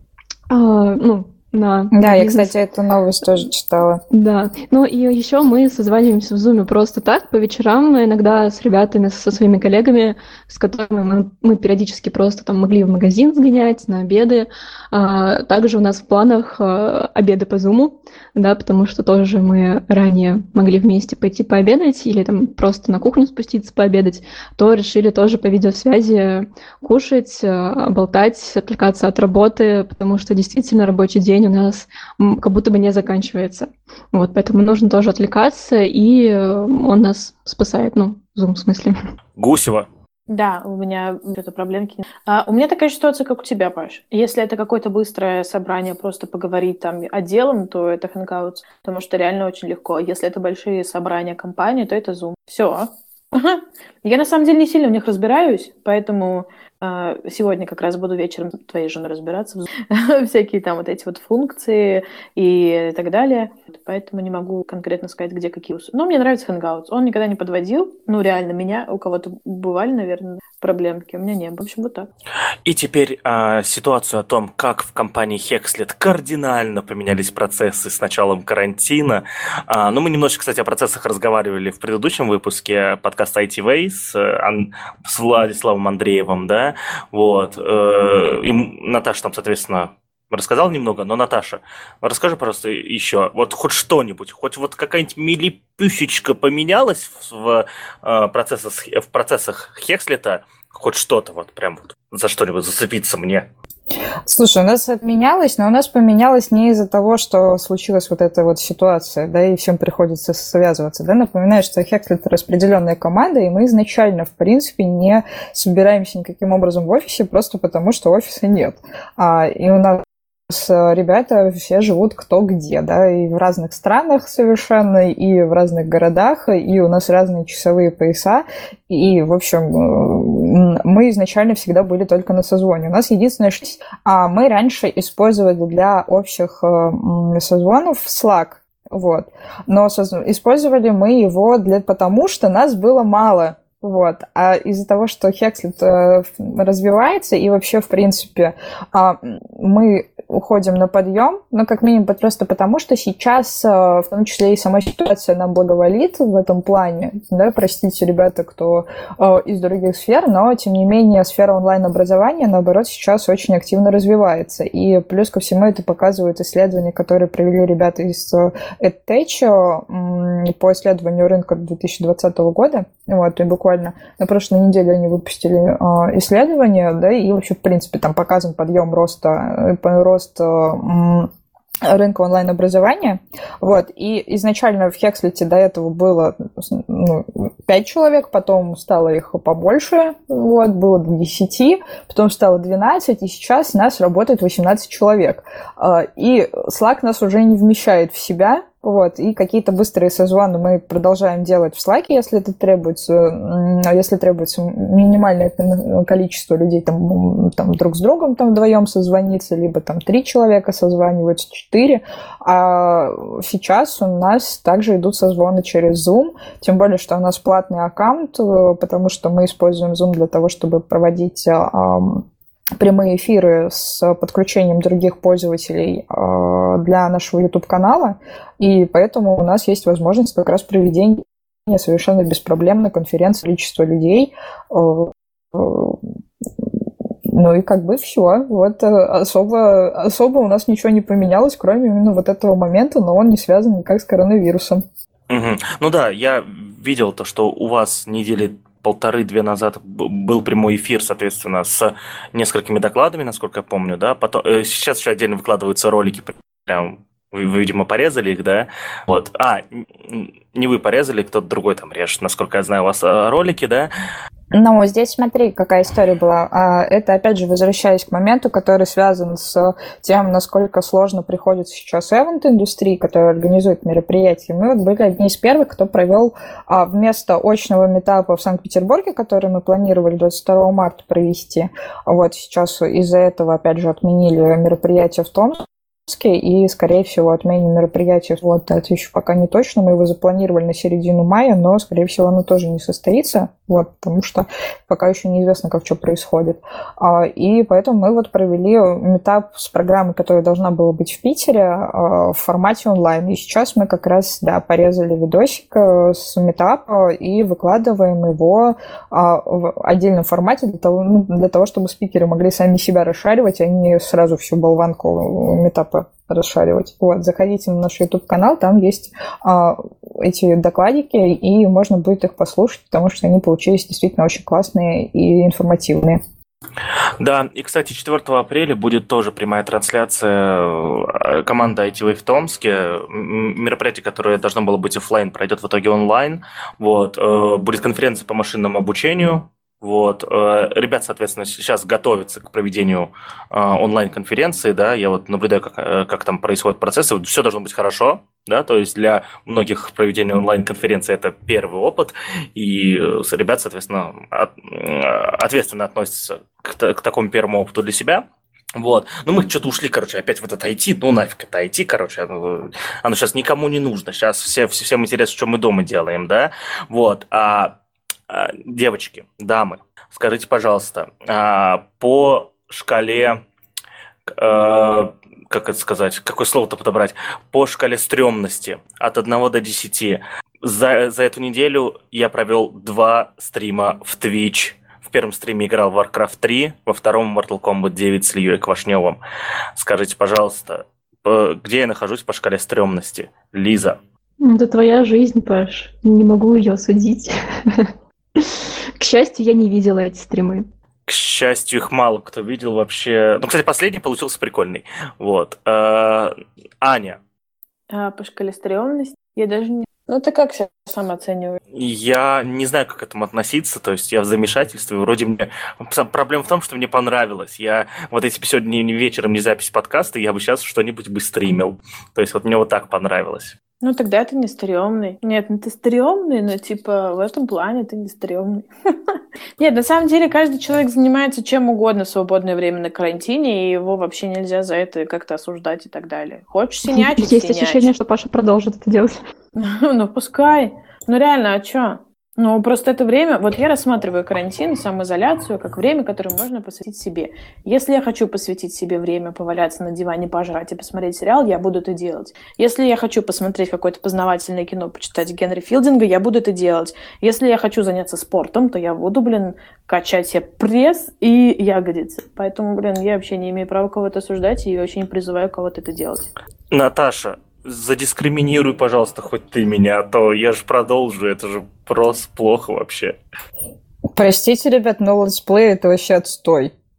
А, ну, на Да, я, бизнес. кстати, эту новость тоже читала. Да, ну и еще мы созваниваемся в Zoom просто так, по вечерам, иногда с ребятами, со своими коллегами, с которыми мы, мы периодически просто там могли в магазин сгонять на обеды. А, также у нас в планах а, обеды по Zoom, да, потому что тоже мы ранее могли вместе пойти пообедать или там просто на кухню спуститься пообедать, то решили тоже по видеосвязи кушать, а, болтать, отвлекаться от работы, потому что действительно рабочий день у нас м, как будто бы не заканчивается. Вот, поэтому нужно тоже отвлекаться, и э, он нас спасает, ну, Zoom в смысле. Гусева. Да, у меня это проблемки. А, у меня такая ситуация, как у тебя, Паш. Если это какое-то быстрое собрание, просто поговорить там отделом, то это Hangouts, потому что реально очень легко. Если это большие собрания компании, то это Zoom. Все. Я на самом деле не сильно в них разбираюсь, поэтому э, сегодня как раз буду вечером с твоей женой разбираться в Zoom. Всякие там вот эти вот функции и так далее. Поэтому не могу конкретно сказать, где какие услуги. Но мне нравится Hangouts. Он никогда не подводил. Ну, реально, меня, у кого-то бывали, наверное, проблемки. У меня не было. В общем, вот так. И теперь а, ситуацию о том, как в компании Hexlet кардинально поменялись процессы с началом карантина. А, ну, мы немножечко, кстати, о процессах разговаривали в предыдущем выпуске подкаста ай ти Way с, Ан- с Владиславом Андреевым, да, вот. Э, и Наташа там, соответственно, рассказал немного, но, Наташа, расскажи, пожалуйста, еще, вот хоть что-нибудь, хоть вот какая-нибудь милипюсечка поменялась в, в, э, процессах, в процессах Hexlet, хоть что-то, вот прям вот за что-нибудь зацепиться мне. Слушай, у нас отменялось, но у нас поменялось не из-за того, что случилась вот эта вот ситуация, да, и всем приходится связываться, да. Напоминаю, что Hexlet – это распределенная команда, и мы изначально, в принципе, не собираемся никаким образом в офисе, просто потому что офиса нет. А, и у нас ребята все живут кто где, да, и в разных странах совершенно, и в разных городах, и у нас разные часовые пояса, и, в общем, мы изначально всегда были только на созвоне. У нас единственное, что а мы раньше использовали для общих созвонов Slack, вот, но использовали мы его для, потому что нас было мало. Вот. А из-за того, что Hexlet э, развивается, и вообще, в принципе, э, мы уходим на подъем, но как минимум просто потому, что сейчас, э, в том числе и сама ситуация нам благоволит в этом плане. Да, простите, ребята, кто э, из других сфер, но, тем не менее, сфера онлайн-образования, наоборот, сейчас очень активно развивается. И плюс ко всему это показывают исследования, которые провели ребята из EdTech э, по исследованию рынка две тысячи двадцатого года. Вот, и буквально на прошлой неделе они выпустили э, исследование, да, и вообще, в принципе, там показан подъем роста, рост э, рынка онлайн-образования. Вот. И изначально в Хекслите до этого было ну, пять человек, потом стало их побольше, вот, было до десяти, потом стало двенадцать, и сейчас нас работает восемнадцать человек. И Slack нас уже не вмещает в себя. Вот, и какие-то быстрые созвоны мы продолжаем делать в Slack, если это требуется, если требуется минимальное количество людей там, там друг с другом там вдвоем созвониться, либо там три человека созваниваются, четыре. А сейчас у нас также идут созвоны через Zoom, тем более, что у нас платный аккаунт, потому что мы используем Zoom для того, чтобы проводить прямые эфиры с подключением других пользователей для нашего YouTube-канала, и поэтому у нас есть возможность как раз проведения совершенно беспроблемной конференции количества людей. Ну и как бы все. Вот особо, особо у нас ничего не поменялось, кроме именно вот этого момента, но он не связан никак с коронавирусом. Угу. Ну да, я видел то, что у вас недели полторы-две назад был прямой эфир, соответственно, с несколькими докладами, насколько я помню, да, потом, сейчас еще отдельно выкладываются ролики, прям, вы, вы, видимо, порезали их, да, вот, а, не вы порезали, кто-то другой там режет, насколько я знаю, у вас ролики, да. Ну, здесь смотри, какая история была. Это, опять же, возвращаясь к моменту, который связан с тем, насколько сложно приходится сейчас эвент-индустрии, которая организует мероприятия. Мы вот были одни из первых, кто провел вместо очного митапа в Санкт-Петербурге, который мы планировали двадцать второго марта провести. Вот сейчас из-за этого, опять же, отменили мероприятие в Томске. И, скорее всего, отменим мероприятие. Вот, это еще пока не точно. Мы его запланировали на середину мая, но, скорее всего, оно тоже не состоится, вот, потому что пока еще неизвестно, как что происходит. И поэтому мы вот провели митап с программой, которая должна была быть в Питере, в формате онлайн. И сейчас мы как раз, да, порезали видосик с митапа и выкладываем его в отдельном формате для того, ну, для того, чтобы спикеры могли сами себя расшаривать, а не сразу всю болванку митапа расшаривать. Вот, заходите на наш YouTube-канал, там есть а, эти докладики, и можно будет их послушать, потому что они получились действительно очень классные и информативные. Да, и, кстати, четвёртого апреля будет тоже прямая трансляция команды ай ти Wave в Томске. Мероприятие, которое должно было быть офлайн, пройдет в итоге онлайн. Вот. Будет конференция по машинному обучению. Вот. Ребят, соответственно, сейчас готовятся к проведению онлайн-конференции, да, я вот наблюдаю, как, как там происходят процессы, все должно быть хорошо, да, то есть для многих проведение онлайн-конференции это первый опыт, и ребят, соответственно, от, ответственно относятся к, к такому первому опыту для себя. Вот. Ну, мы что-то ушли, короче, опять в этот ай ти. Ну, нафиг это ай ти, короче. Оно, оно сейчас никому не нужно. Сейчас все, всем интересно, что мы дома делаем, да. Вот. А девочки, дамы, скажите, пожалуйста, по шкале, как это сказать, какое слово-то подобрать, по шкале стрёмности от одного до десяти, за, за эту неделю я провел два стрима в Twitch. В первом стриме играл в Warcraft три, во втором Mortal Kombat девять с Ильей Квашневым. Скажите, пожалуйста, где я нахожусь по шкале стрёмности? Лиза. Это твоя жизнь, Паш. Не могу ее судить. К счастью, я не видела эти стримы. К счастью, их мало кто видел вообще. Ну, кстати, последний получился прикольный. Вот. Аня. А, по шкале стрёмности? Я даже не... Ну, ты как себя сам оцениваешь? Я не знаю, как к этому относиться. То есть я в замешательстве. Вроде мне... Проблема в том, что мне понравилось. Я вот если бы сегодня вечером не запись подкаста, я бы сейчас что-нибудь бы стримил. То есть вот мне вот так понравилось. Ну, тогда ты не стрёмный. Нет, ну ты стрёмный, но, типа, в этом плане ты не стрёмный. Нет, на самом деле, каждый человек занимается чем угодно в свободное время на карантине, и его вообще нельзя за это как-то осуждать и так далее. Хочешь синячить, Есть синячь. ощущение, что Паша продолжит это делать. Ну, пускай. Ну, реально, а чё? Ну, просто это время... Вот я рассматриваю карантин, самоизоляцию, как время, которое можно посвятить себе. Если я хочу посвятить себе время поваляться на диване, пожрать и посмотреть сериал, я буду это делать. Если я хочу посмотреть какое-то познавательное кино, почитать Генри Филдинга, я буду это делать. Если я хочу заняться спортом, то я буду, блин, качать себе пресс и ягодицы. Поэтому, блин, я вообще не имею права кого-то осуждать и вообще не призываю кого-то это делать. Наташа, задискриминируй, пожалуйста, хоть ты меня, а то я же продолжу, это же просто плохо вообще. Простите, ребят, но летсплей — это вообще отстой.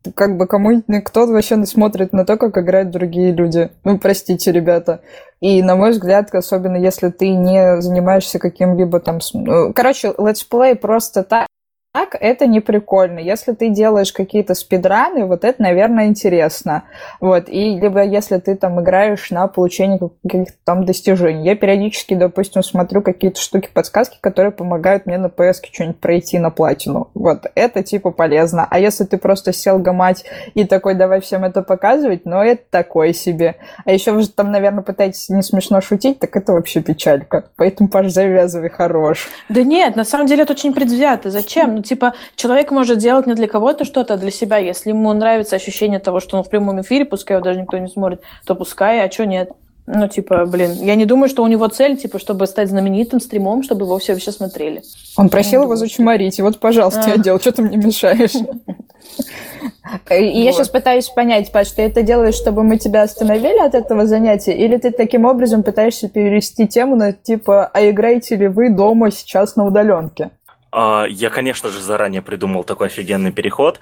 как бы кому кто вообще смотрит на то, как играют другие люди. Ну, простите, ребята. И, на мой взгляд, особенно если ты не занимаешься каким-либо там... Короче, летсплей просто так, так, это не прикольно. Если ты делаешь какие-то спидраны, вот это, наверное, интересно. Вот. И либо если ты там играешь на получение каких-то там достижений. Я периодически, допустим, смотрю какие-то штуки-подсказки, которые помогают мне на пи эс что-нибудь пройти на платину. Вот. Это типа полезно. А если ты просто сел гамать и такой, давай всем это показывать, ну, это такое себе. А еще вы же там, наверное, пытаетесь не смешно шутить, так это вообще печалька. Поэтому, Паш, завязывай, хорош. Да нет, на самом деле это очень предвзято. Зачем? Ну, типа, человек может делать не для кого-то что-то, а для себя. Если ему нравится ощущение того, что он в прямом эфире, пускай его даже никто не смотрит, то пускай, а что нет? Ну, типа, блин, я не думаю, что у него цель, типа, чтобы стать знаменитым стримом, чтобы его все вообще смотрели. Он просил его зачморить, и вот, пожалуйста, я делал, что ты мне мешаешь? И я сейчас пытаюсь понять, Паш, ты это делаешь, чтобы мы тебя остановили от этого занятия, или ты таким образом пытаешься перевести тему на, типа, а играете ли вы дома сейчас на удаленке? Я, конечно же, заранее придумал такой офигенный переход.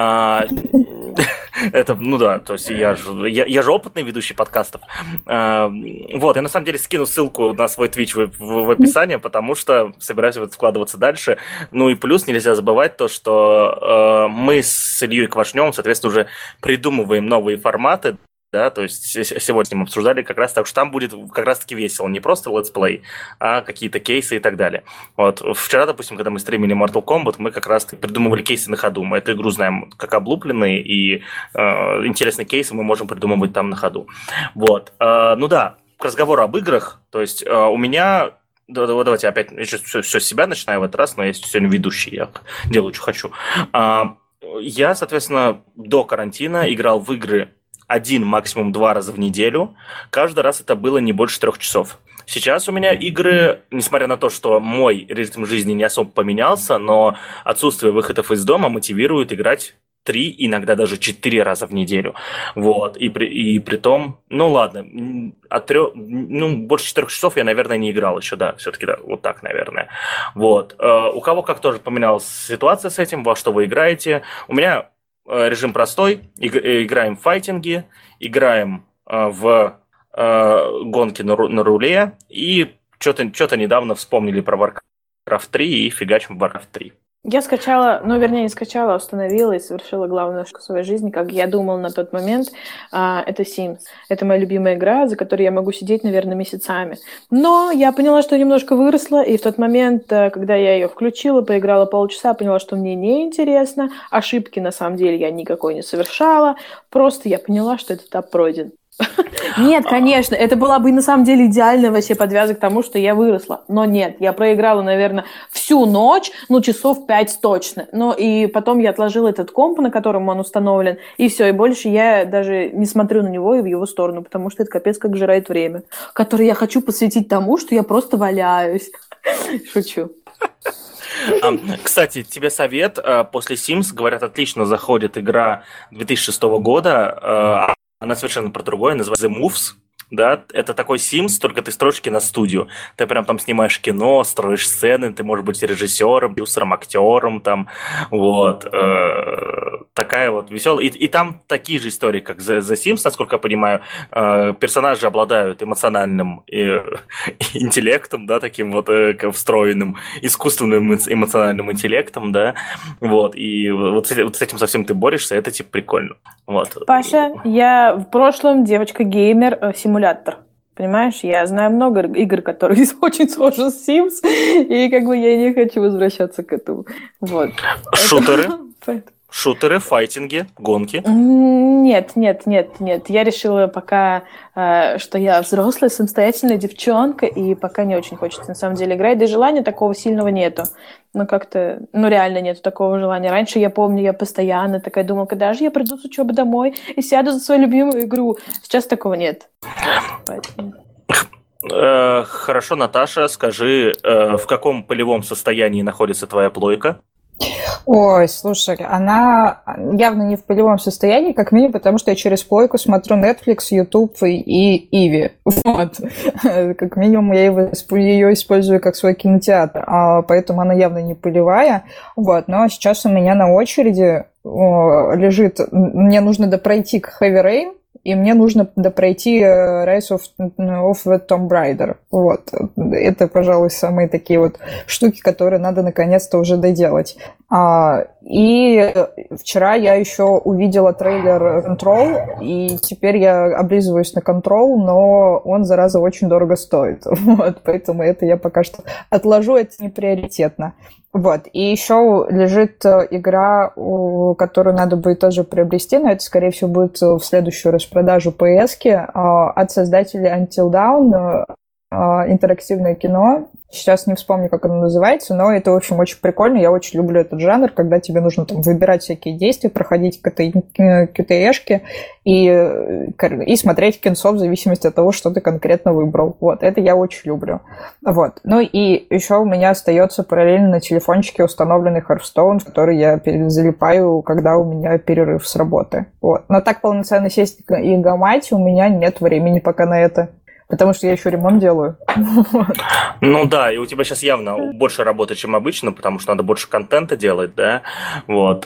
Это, ну да, то есть я же, я, я же опытный ведущий подкастов. Вот, я на самом деле скину ссылку на свой Twitch в, в, в описании, потому что собираюсь в это вкладываться дальше. Ну и плюс нельзя забывать то, что мы с Ильей Квашневым, соответственно, уже придумываем новые форматы. Да, то есть сегодня мы обсуждали как раз так, что там будет как раз-таки весело, не просто летсплей, а какие-то кейсы и так далее. Вот вчера, допустим, когда мы стримили Mortal Kombat, мы как раз придумывали кейсы на ходу. Мы эту игру знаем как облупленные, и э, интересные кейсы мы можем придумывать там на ходу. Вот, э, ну да, к разговору об играх, то есть э, у меня... Давайте опять все, все с себя начинаю в этот раз, но я сегодня ведущий, я делаю, что хочу. А, я, соответственно, до карантина играл в игры один, максимум два раза в неделю. Каждый раз это было не больше трех часов. Сейчас у меня игры, несмотря на то, что мой ритм жизни не особо поменялся, но отсутствие выходов из дома мотивирует играть три, иногда даже четыре раза в неделю. Вот. И при, и при том, ну ладно, от трех, ну, больше четырех часов я, наверное, не играл еще, да, все-таки да, вот так, наверное. Вот. У кого как тоже поменялась ситуация с этим, во что вы играете. У меня режим простой, играем в файтинги, играем в гонки на, на руле, и что-то, что-то недавно вспомнили про Warcraft три и фигачим в Warcraft три. Я скачала, ну, вернее, не скачала, а установила и совершила главную ошибку в своей жизни, как я думала на тот момент, а, это Sims. Это моя любимая игра, за которой я могу сидеть, наверное, месяцами. Но я поняла, что немножко выросла, и в тот момент, когда я ее включила, поиграла полчаса, поняла, что мне неинтересно, ошибки, на самом деле, я никакой не совершала, просто я поняла, что этот этап пройден. Нет, конечно, это была бы на самом деле идеальная вообще подвязка к тому, что я выросла. Но нет, я проиграла, наверное, всю ночь, ну, часов пять точно. Но и потом я отложила этот комп, на котором он установлен, и все, и больше я даже не смотрю на него и в его сторону, потому что это капец как жирает время, которое я хочу посвятить тому, что я просто валяюсь. Шучу. Кстати, тебе совет. После Sims, говорят, отлично заходит игра две тысячи шестого года. Она совершенно про другое, называется The Moves. Да, это такой Sims, только ты строишь киностудию. Ты прям там снимаешь кино, строишь сцены, ты можешь быть режиссером, продюсером, актером, там, вот. Э, такая вот веселая. И, и там такие же истории, как The, The Sims, насколько я понимаю. Э, персонажи обладают эмоциональным э, интеллектом, да, таким вот э, встроенным, искусственным эмоциональным интеллектом, да, вот. И вот с, вот с этим совсем ты борешься, это типа прикольно. Вот. Паша, я в прошлом девочка-геймер, симулятор. Понимаешь, я знаю много игр, которые очень схожи с Sims, и как бы я не хочу возвращаться к этому. Вот. Шутеры? Шутеры, файтинги, гонки? Нет, нет, нет, нет. Я решила пока, э, что я взрослая, самостоятельная девчонка, и пока не очень хочется на самом деле играть. Да и желания такого сильного нету. Ну, как-то, ну, реально нету такого желания. Раньше, я помню, я постоянно такая думала, когда же я приду с учебы домой и сяду за свою любимую игру. Сейчас такого нет. Поэтому... Хорошо, Наташа, скажи, в каком полевом состоянии находится твоя плойка? Ой, слушай, она явно не в полевом состоянии, как минимум, потому что я через плойку смотрю Netflix, YouTube и Иви. Вот. Как минимум я его, ее использую как свой кинотеатр, а поэтому она явно не полевая. Вот. Но сейчас у меня на очереди лежит, мне нужно допройти к Heavy Rain, и мне нужно допройти Rise of, of the Tomb Raider. Вот. Это, пожалуй, самые такие вот штуки, которые надо наконец-то уже доделать. А, и вчера я еще увидела трейлер Control, и теперь я облизываюсь на Control, но он, зараза, очень дорого стоит. Вот. Поэтому это я пока что отложу, это не приоритетно. Вот. И еще лежит игра, которую надо будет тоже приобрести, но это, скорее всего, будет в следующую распродажу пи эс-ки от создателей Until Dawn, интерактивное кино. Сейчас не вспомню, как оно называется, но это, в общем, очень прикольно. Я очень люблю этот жанр, когда тебе нужно там выбирать всякие действия, проходить кью ти и-шки и, и смотреть кинцо в зависимости от того, что ты конкретно выбрал. Вот, это я очень люблю. Вот. Ну и еще у меня остается параллельно на телефончике установленный Hearthstone, в который я залипаю, когда у меня перерыв с работы. Вот. Но так полноценно сесть и гамать у меня нет времени пока на это. Потому что я еще ремонт делаю. Ну да, и у тебя сейчас явно больше работы, чем обычно, потому что надо больше контента делать, да? Вот.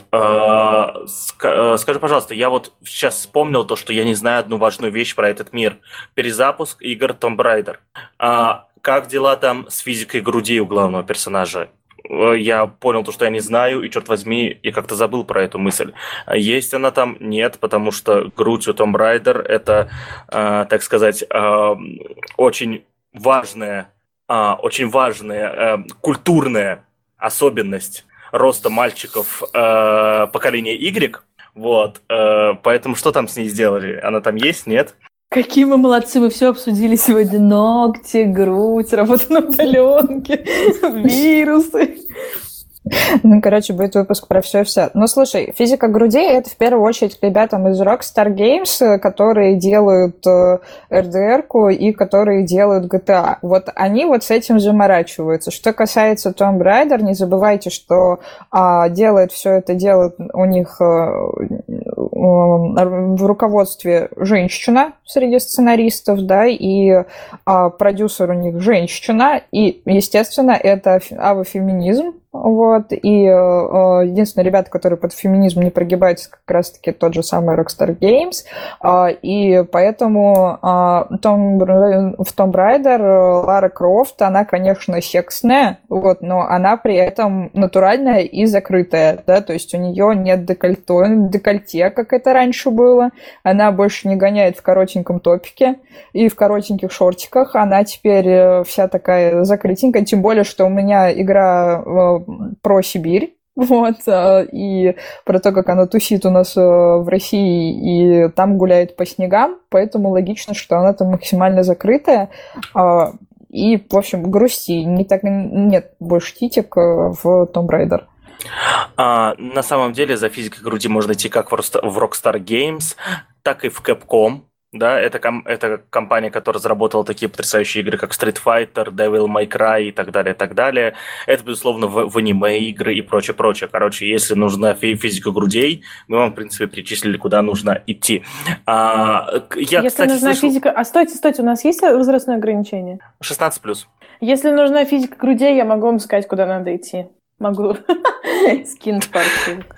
Скажи, пожалуйста, я вот сейчас вспомнил то, что я не знаю одну важную вещь про этот мир. Перезапуск игр Tomb Raider. Как дела там с физикой груди у главного персонажа? Я понял то, что я не знаю, и, черт возьми, я как-то забыл про эту мысль. Есть она там? Нет, потому что грудь у Tomb Raider – это, э, так сказать, э, очень важная, э, очень важная э, культурная особенность роста мальчиков э, поколения Y. Вот, э, поэтому что там с ней сделали? Она там есть, нет? Какие мы молодцы, мы все обсудили сегодня. Ногти, грудь, работа на удаленке, вирусы. Ну, короче, будет выпуск про все и все. Ну, слушай, физика грудей — это в первую очередь ребятам из Rockstar Games, которые делают эр ди ар-ку и которые делают джи ти эй. Вот они вот с этим заморачиваются. Что касается Tomb Raider, не забывайте, что а, делает все это дело у них а, в руководстве женщина среди сценаристов, да, и а, продюсер у них женщина, и, естественно, это авофеминизм. Вот, и э, единственные ребята, которые под феминизм не прогибаются, как раз-таки тот же самый Rockstar Games, э, и поэтому э, Том, в Tomb Raider Лара Крофт, она, конечно, сексная, вот, но она при этом натуральная и закрытая, да, то есть у нее нет декольте, декольте, как это раньше было, она больше не гоняет в коротеньком топике и в коротеньких шортиках, она теперь вся такая закрытенькая, тем более, что у меня игра э, про Сибирь, вот, и про то, как она тусит у нас в России и там гуляет по снегам, поэтому логично, что она там максимально закрытая, и, в общем, грусти, не так, нет больше титик в Tomb Raider. А, на самом деле за физикой груди можно идти как в Rockstar Games, так и в Capcom. Да, это, ком- это компания, которая разработала такие потрясающие игры, как Street Fighter, Devil May Cry и так далее, и так далее. Это, безусловно, в, в аниме-игры и прочее, прочее. Короче, если нужна фи- физика грудей, мы вам, в принципе, перечислили, куда нужно идти. А, я, если кстати, нужна слышал... физика... А стойте, стойте, у нас есть возрастное ограничение? шестнадцать плюс. Если нужна физика грудей, я могу вам сказать, куда надо идти. Могу скинуть пару ссылок.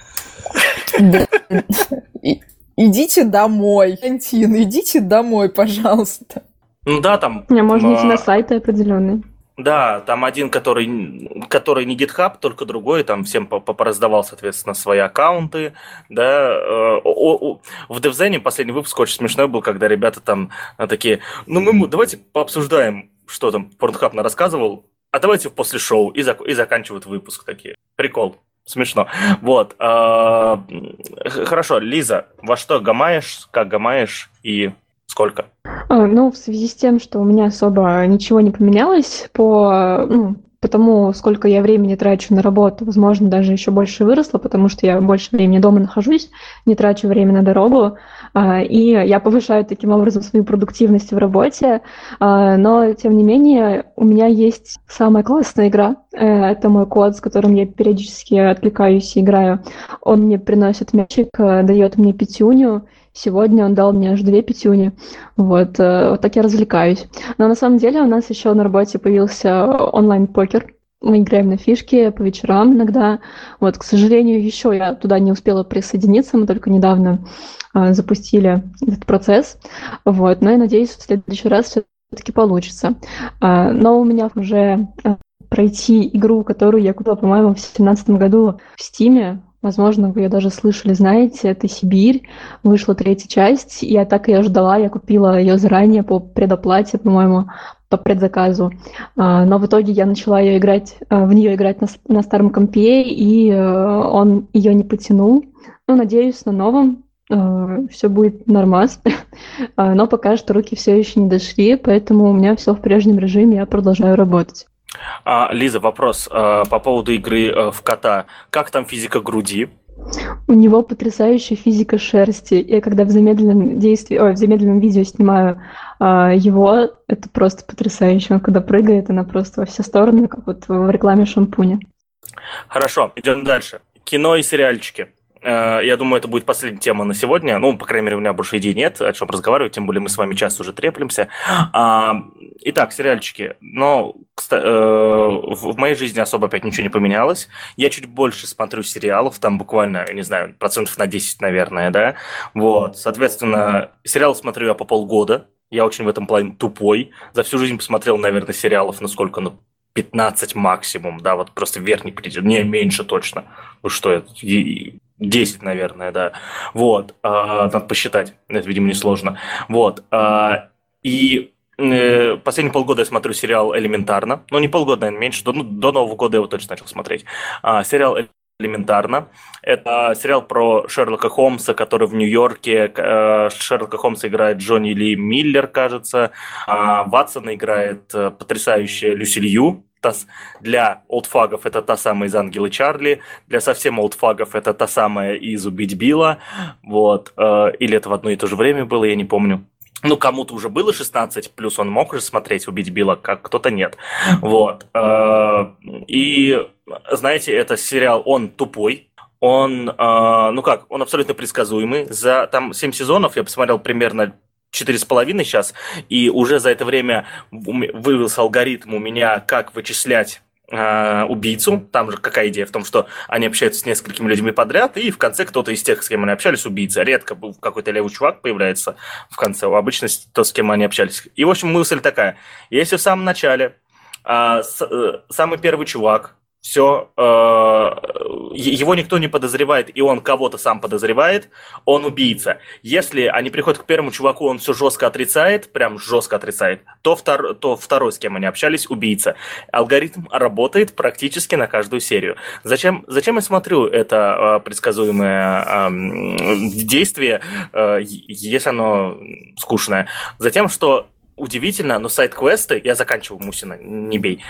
Идите домой, Антин, идите домой, пожалуйста. Ну да, там... Не, можно идти а... на сайты определенные. Да, там один, который, который не GitHub, только другой, там всем пораздавал, соответственно, свои аккаунты, да. В DevZen последний выпуск очень смешной был, когда ребята там такие, ну мы давайте пообсуждаем, что там Pornhub рассказывал, а давайте после шоу, и, зак- и заканчивают выпуск такие. Прикол. Смешно. Вот. Хорошо, Лиза, во что гамаешь, как гамаешь и сколько? Ну, в связи с тем, что у меня особо ничего не поменялось по, ну, по тому, сколько я времени трачу на работу, возможно, даже еще больше выросло, потому что я больше времени дома нахожусь, не трачу время на дорогу, и я повышаю таким образом свою продуктивность в работе, но, тем не менее, у меня есть самая классная игра, это мой кот, с которым я периодически отвлекаюсь и играю. Он мне приносит мячик, дает мне пятюню. Сегодня он дал мне аж две пятюни. Вот, вот так я развлекаюсь. Но на самом деле у нас еще на работе появился онлайн-покер. Мы играем на фишки по вечерам иногда. Вот, к сожалению, еще я туда не успела присоединиться, мы только недавно э, запустили этот процесс. Вот, но я надеюсь, в следующий раз все-таки получится. Э, но у меня уже э, пройти игру, которую я купила, по-моему, в две тысячи семнадцатом году в Стиме. Возможно, вы ее даже слышали, знаете, это «Сибирь». Вышла третья часть, я так ее ждала, я купила ее заранее по предоплате, по-моему, по предзаказу. А, но в итоге я начала ее играть, в нее играть на, на старом компе, и он ее не потянул. Ну, надеюсь, на новом все будет нормас. Но пока что руки все еще не дошли, поэтому у меня все в прежнем режиме, я продолжаю работать. А, Лиза, вопрос а, по поводу игры а, в кота. Как там физика груди? У него потрясающая физика шерсти. Я когда в замедленном действии, ой, в замедленном видео снимаю а, его, это просто потрясающе. Он когда прыгает, она просто во все стороны, как вот в рекламе шампуня. Хорошо, идем дальше. Кино и сериальчики. Я думаю, это будет последняя тема на сегодня. Ну, по крайней мере, у меня больше идей нет, о чем разговаривать, тем более мы с вами часто уже треплемся. Итак, сериальчики. Но в моей жизни особо опять ничего не поменялось. Я чуть больше смотрю сериалов, там буквально, не знаю, процентов на десять, наверное, да. Вот, соответственно, сериал смотрю я по полгода. Я очень в этом плане тупой. За всю жизнь посмотрел, наверное, сериалов, насколько, ну, пятнадцать максимум, да, вот просто верхний предел, не меньше точно. Ну что это? десять, наверное, да. Вот. А, надо посчитать. Это, видимо, несложно. Вот. А, и э, последние полгода я смотрю сериал «Элементарно». Ну, не полгода, наверное, меньше. До, ну, до Нового года я его точно начал смотреть. А, сериал «Элементарно». Это сериал про Шерлока Холмса, который в Нью-Йорке. Э, Шерлока Холмса играет Джонни Ли Миллер, кажется. А Ватсона играет потрясающая Люси Лью. Для олдфагов это та самая из «Ангелы Чарли», для совсем олдфагов это та самая из «Убить Билла», вот, или это в одно и то же время было, я не помню. Ну, кому-то уже было шестнадцать, плюс он мог уже смотреть «Убить Билла», как кто-то нет, вот. И, знаете, это сериал, он тупой, он, ну как, он абсолютно предсказуемый, за там семь сезонов я посмотрел примерно четыре с половиной сейчас, и уже за это время вывелся алгоритм у меня, как вычислять э, убийцу. Там же какая идея в том, что они общаются с несколькими людьми подряд, и в конце кто-то из тех, с кем они общались, убийца. Редко какой-то левый чувак появляется в конце, обычно то, с кем они общались. И, в общем, мысль такая. Если в самом начале э, с, э, самый первый чувак, все, э, его никто не подозревает, и он кого-то сам подозревает, он убийца. Если они приходят к первому чуваку, он все жестко отрицает, прям жестко отрицает, то, втор, то второй, с кем они общались, убийца. Алгоритм работает практически на каждую серию. Зачем, зачем я смотрю это э, предсказуемое э, действие, э, если оно скучное? Затем, что удивительно, но сайд-квесты, я заканчиваю, Мусина, не бей,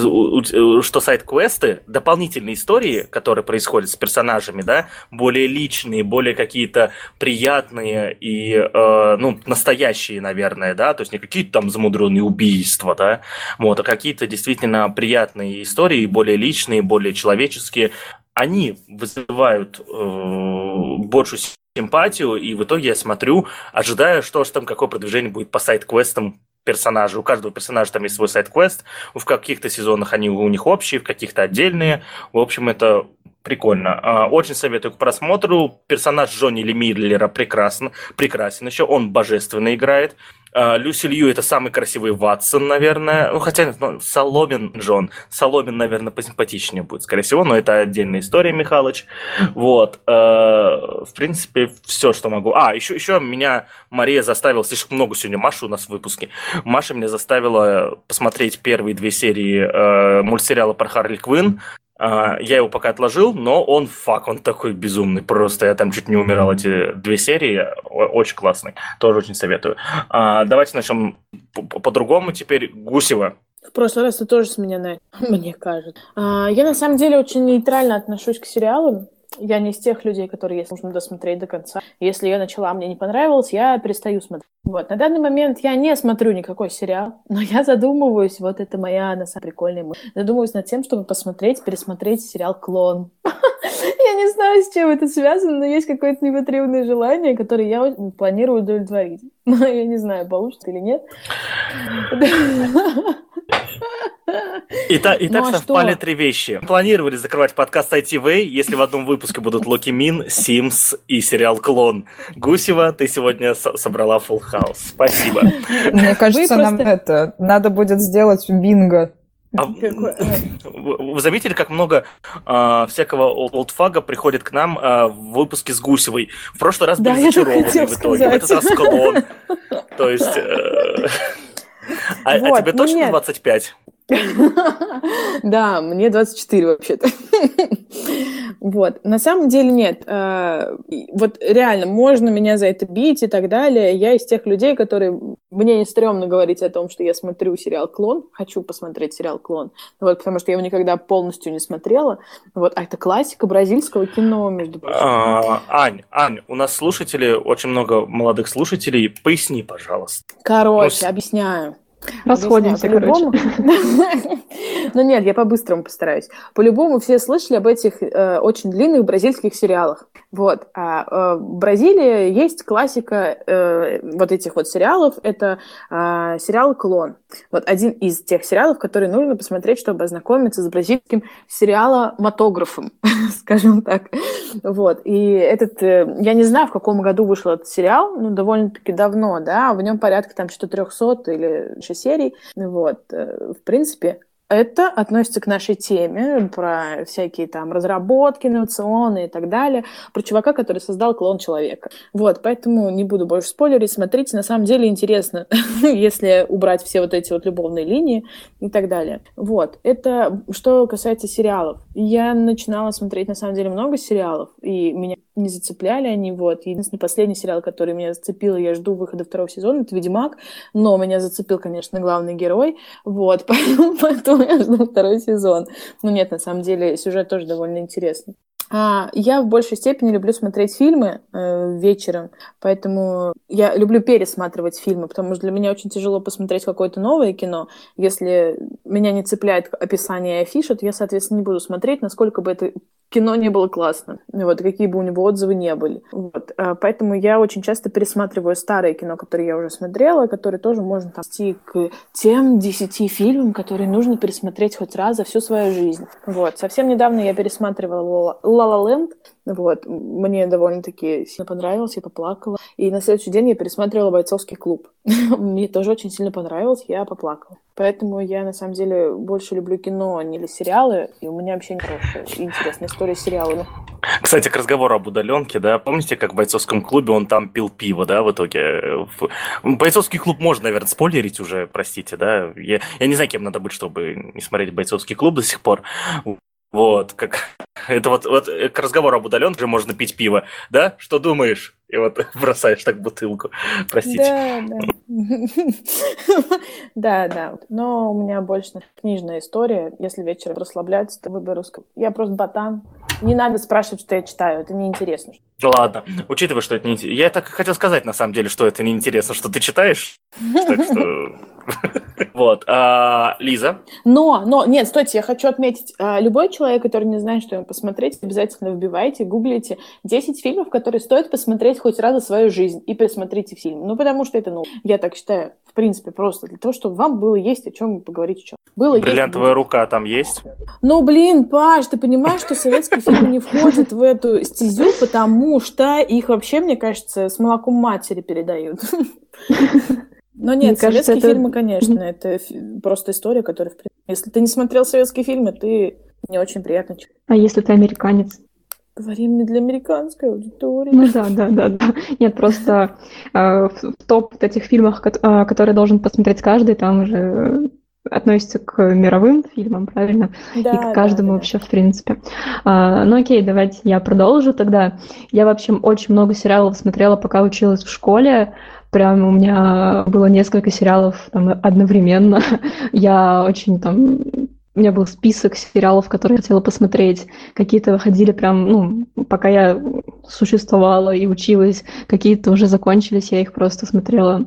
что сайд-квесты, дополнительные истории, которые происходят с персонажами, да, более личные, более какие-то приятные и, э, ну, настоящие, наверное, да, то есть не какие-то там замудренные убийства, да, вот, а какие-то действительно приятные истории, более личные, более человеческие, они вызывают э, большую симпатию, и в итоге я смотрю, ожидая, что же там, какое продвижение будет по сайд-квестам персонажей. У каждого персонажа там есть свой сайд-квест, в каких-то сезонах они у них общие, в каких-то отдельные. В общем, это прикольно. Очень советую к просмотру. Персонаж Джонни Ли Миллера прекрасен, прекрасен еще, он божественно играет. Люси Лью – это самый красивый Ватсон, наверное. Ну, хотя ну, Соломин Джон. Соломин, наверное, посимпатичнее будет, скорее всего, но это отдельная история, Михалыч. Вот. В принципе, все, что могу. А, еще, еще меня Мария заставила, слишком много сегодня Маши у нас в выпуске. Маша меня заставила посмотреть первые две серии мультсериала про Харли Квинн. Я его пока отложил, но он, фак, он такой безумный. Просто я там чуть не умирал эти две серии. Очень классный. Тоже очень советую. Давайте начнем по-другому. Теперь Гусева. В прошлый раз ты тоже с меня начал, мне кажется. Я на самом деле очень нейтрально отношусь к сериалам. Я не из тех людей, которые, если нужно досмотреть до конца. Если я начала, мне не понравилось, я перестаю смотреть. Вот. На данный момент я не смотрю никакой сериал, но я задумываюсь, вот это моя, на самом деле, прикольная мысль, задумываюсь над тем, чтобы посмотреть, пересмотреть сериал «Клон». Я не знаю, с чем это связано, но есть какое-то непотребное желание, которое я планирую удовлетворить. Но я не знаю, получится или нет. Итак, итак Ну, а совпали что? три вещи. Планировали закрывать подкаст ай ти Way, если в одном выпуске будут Локи Мин, Sims и сериал «Клон». Гусева, ты сегодня со- собрала Full House. Спасибо. Мне кажется, нам просто- это надо будет сделать бинго. А, Какой- вы вы заметили, как много а, всякого ол- олдфага приходит к нам а, в выпуске с Гусевой? В прошлый раз Да, были я так зачарованные хотела в итоге, в этот сказать. раз «Клон». То есть... э, А а Вот, тебе ну точно нет. двадцать пять? Да, мне двадцать четыре вообще-то. Вот. На самом деле нет. Э, и Вот реально, можно меня за это бить и так далее. Я из тех людей, которые... Мне не стрёмно говорить о том, что я смотрю сериал «Клон». Хочу посмотреть сериал «Клон». Вот, потому что я его никогда полностью не смотрела. Вот. А это классика бразильского кино, между прочим. А, Ань, Ань, у нас слушатели, очень много молодых слушателей. Поясни, пожалуйста. Короче, Ну, объясняю. Расходимся, Объясняю. короче. По-любому- Ну нет, я по-быстрому постараюсь. По-любому все слышали об этих э, очень длинных бразильских сериалах. Вот. А э, в Бразилии есть классика э, вот этих вот сериалов. Это э, сериал «Клон». Вот один из тех сериалов, которые нужно посмотреть, чтобы ознакомиться с бразильским сериаломатографом, скажем так. Вот. И этот... э, Я не знаю, в каком году вышел этот сериал, ну, довольно-таки давно, да, в нем порядка там что трехсот или серий. Вот. Э, В принципе, это относится к нашей теме про всякие там разработки инновационные и так далее, про чувака, который создал клон человека. Вот, поэтому не буду больше спойлерить. Смотрите, на самом деле интересно, если убрать все вот эти вот любовные линии и так далее. Вот, это что касается сериалов. Я начинала смотреть, на самом деле, много сериалов, и меня не зацепляли они, вот. Единственный последний сериал, который меня зацепил, и я жду выхода второго сезона, это «Ведьмак», но меня зацепил, конечно, главный герой, вот, поэтому, поэтому я жду второй сезон. Ну нет, на самом деле, сюжет тоже довольно интересный. А, я в большей степени люблю смотреть фильмы э, вечером, поэтому я люблю пересматривать фильмы, потому что для меня очень тяжело посмотреть какое-то новое кино. Если меня не цепляет описание и афиша, то я, соответственно, не буду смотреть, насколько бы это кино не было классно, вот, какие бы у него отзывы не были. Вот. А, поэтому я очень часто пересматриваю старое кино, которое я уже смотрела, которое тоже можно там идти к тем десяти фильмам, которые нужно пересмотреть хоть раз за всю свою жизнь. Вот. Совсем недавно я пересматривала «Ла Ла Ленд», вот. Мне довольно-таки сильно понравилось, я поплакала. И на следующий день я пересматривала «Бойцовский клуб». Мне тоже очень сильно понравилось, я поплакала. Поэтому я, на самом деле, больше люблю кино, а не сериалы, и у меня вообще не хорошая и интересная история с сериалами. Кстати, к разговору об удаленке, да, помните, как в бойцовском клубе он там пил пиво, да, в итоге? В- Бойцовский клуб можно, наверное, спойлерить уже, простите, да? Я, я не знаю, кем надо быть, чтобы не смотреть бойцовский клуб до сих пор. Вот, как... Это вот, вот э, к разговору об удаленке же можно пить пиво, да? Что думаешь? И вот бросаешь так бутылку. Простите. Да, да. Да, да. Но у меня больше книжная история. Если вечером расслабляться, то выберу... ск- Я просто ботан. Не надо спрашивать, что я читаю. Это неинтересно. Ладно, учитывая, что это не интересно. Я так и хотел сказать, на самом деле, что это неинтересно, что ты читаешь. Так что... Вот. А, Лиза? Но, но, нет, стойте, я хочу отметить, а, любой человек, который не знает, что ему посмотреть, обязательно вбивайте, гуглите десять фильмов, которые стоит посмотреть хоть раз за свою жизнь, и пересмотрите фильм. Ну, потому что это, ну, я так считаю, в принципе, просто для того, чтобы вам было есть о чем поговорить, о чем. Было есть, Бриллиантовая будет. рука там есть? Ну, блин, Паш, ты понимаешь, что советские фильмы не входят в эту стезю, потому что их вообще, мне кажется, с молоком матери передают. Но нет, Мне кажется, советские это- фильмы, конечно, это фи- просто история, которая, в принципе, если ты не смотрел советские фильмы, ты не очень приятный человек. А если ты американец? Говорим не для американской аудитории. Ну да, да, да, да. Нет, просто э, в в топ вот этих фильмов, кот- э, которые должен посмотреть каждый, там уже э, относится к мировым фильмам, правильно? Да, И к каждому да, да, вообще, в принципе. А, ну окей, давайте я продолжу тогда. Я, в общем, очень много сериалов смотрела, пока училась в школе. Прям у меня было несколько сериалов там одновременно. Я очень там... У меня был список сериалов, которые я хотела посмотреть. Какие-то выходили прям, ну, пока я существовала и училась. Какие-то уже закончились, я их просто смотрела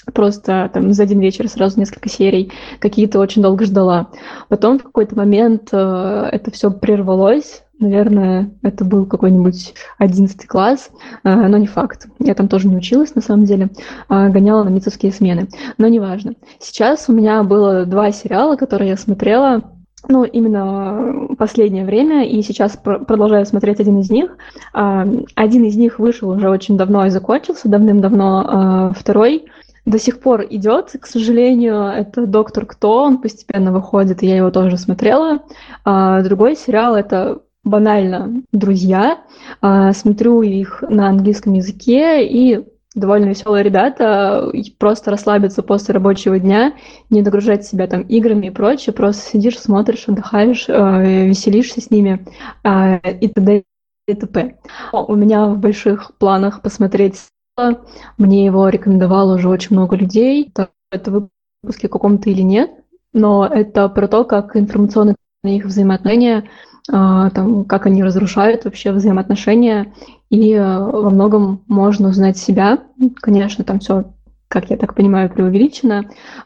просто там за один вечер сразу несколько серий, какие-то очень долго ждала. Потом в какой-то момент э, это все прервалось. Наверное, это был какой-нибудь одиннадцатый класс, э, но не факт. Я там тоже не училась, на самом деле. Э, гоняла на митцевские смены. Но неважно. Сейчас у меня было два сериала, которые я смотрела, ну, именно последнее время, и сейчас пр- продолжаю смотреть один из них. А, Один из них вышел уже очень давно и закончился, давным-давно. А Второй до сих пор идет, к сожалению. Это «Доктор Кто», он постепенно выходит, и я его тоже смотрела. А Другой сериал — это банально «Друзья». А, Смотрю их на английском языке, и довольно веселые ребята, и просто расслабиться после рабочего дня, не нагружать себя там играми и прочее, просто сидишь, смотришь, отдыхаешь, э, веселишься с ними э, и т.д. и т.п. О, У меня в больших планах посмотреть сериал. Мне его рекомендовало уже очень много людей. Так, это в выпуске каком-то или нет, но это про то, как информационные их взаимоотношения, а, там, как они разрушают вообще взаимоотношения, и а, во многом можно узнать себя. Конечно, там все, как я так понимаю, преувеличено,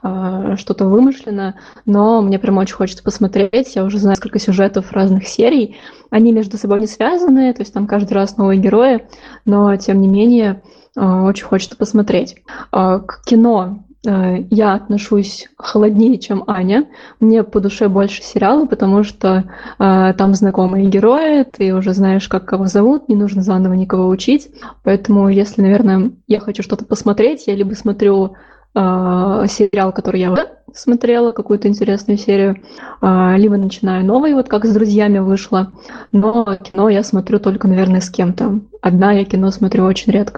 а, что-то вымышленно, но мне прям очень хочется посмотреть. Я уже знаю несколько сюжетов разных серий. Они между собой не связаны, то есть там каждый раз новые герои, но тем не менее а, очень хочется посмотреть. А, К кино э, я отношусь холоднее, чем Аня. Мне по душе больше сериалы, потому что э, там знакомые герои, ты уже знаешь, как кого зовут, не нужно заново никого учить. Поэтому, если, наверное, я хочу что-то посмотреть, я либо смотрю э, сериал, который я уже смотрела, какую-то интересную серию, э, либо начинаю новый, вот как с «Друзьями» вышло. Но кино я смотрю только, наверное, с кем-то. Одна я кино смотрю очень редко.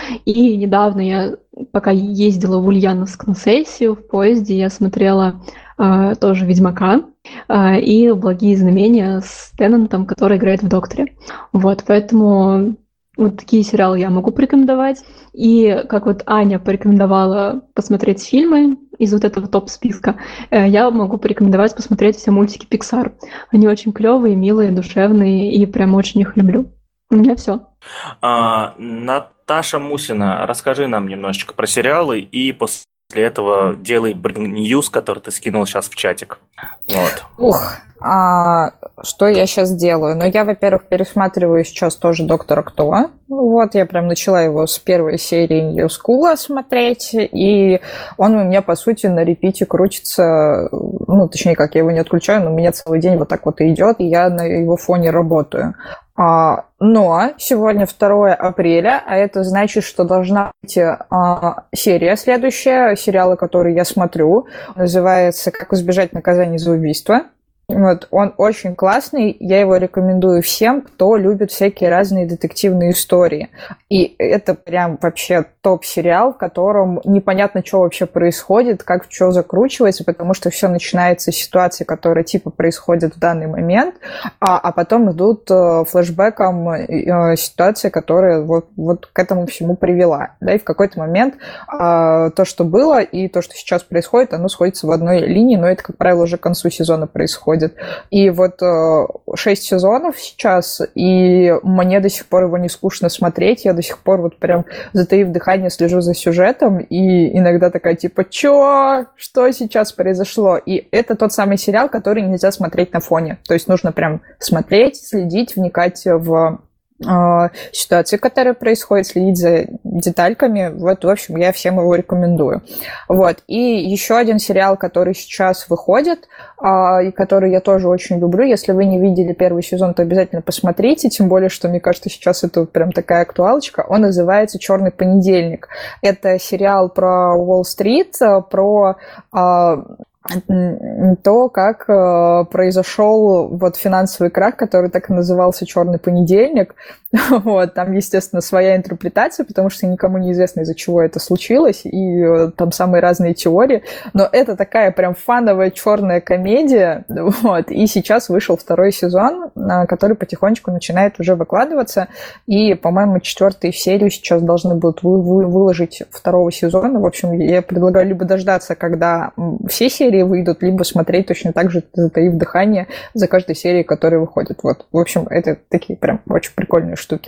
И недавно я, пока ездила в Ульяновск на сессию в поезде, я смотрела э, тоже «Ведьмака» э, и «Благие знамения» с Теннантом, который играет в «Докторе». Вот, поэтому вот такие сериалы я могу порекомендовать. И как вот Аня порекомендовала посмотреть фильмы из вот этого топ-списка, э, я могу порекомендовать посмотреть все мультики Pixar. Они очень клевые, милые, душевные, и прям очень их люблю. У меня все. А, Наташа Мусина, расскажи нам немножечко про сериалы, и после этого делай news, который ты скинул сейчас в чатик. Вот. Ух, а что я сейчас делаю? Ну, я, во-первых, пересматриваю сейчас тоже «Доктора Кто». Вот, я прям начала его с первой серии New School смотреть, и он у меня, по сути, на репите крутится, ну, точнее, как, я его не отключаю, но у меня целый день вот так вот и идет, и я на его фоне работаю. А, но сегодня второе апреля, а это значит, что должна быть а, серия следующая, сериала, который я смотрю, называется «Как избежать наказания за убийство». Вот, он очень классный, я его рекомендую всем, кто любит всякие разные детективные истории. И это прям вообще топ-сериал, в котором непонятно, что вообще происходит, как что закручивается, потому что все начинается с ситуации, которая типа происходит в данный момент, а, а потом идут э, флешбэком э, ситуации, которая вот, вот к этому всему привела. Да, и в какой-то момент э, то, что было, и то, что сейчас происходит, оно сходится в одной линии, но это, как правило, уже к концу сезона происходит. И вот э, шесть сезонов сейчас, и мне до сих пор его не скучно смотреть, я до сих пор вот прям, затаив дыхание, слежу за сюжетом, и иногда такая типа, чё? Что сейчас произошло? И это тот самый сериал, который нельзя смотреть на фоне. То есть нужно прям смотреть, следить, вникать в ситуации, которая происходит, следить за детальками. Вот, в общем, я всем его рекомендую. Вот. И еще один сериал, который сейчас выходит, и который я тоже очень люблю. Если вы не видели первый сезон, то обязательно посмотрите, тем более, что, мне кажется, сейчас это прям такая актуалочка. Он называется «Черный понедельник». Это сериал про Уолл-стрит, про то, как э, произошел вот финансовый крах, который так и назывался «Черный понедельник». Вот, там, естественно, своя интерпретация, потому что никому не известно, из-за чего это случилось, и э, там самые разные теории. Но это такая прям фановая черная комедия. Вот, и сейчас вышел второй сезон, э, который потихонечку начинает уже выкладываться. И, по-моему, четвертую серию сейчас должны будут вы- вы- выложить второго сезона. В общем, я предлагаю либо дождаться, когда все серии выйдут, либо смотреть точно так же, затаив дыхание за каждой серией, которая выходит. Вот. В общем, это такие прям очень прикольные штуки.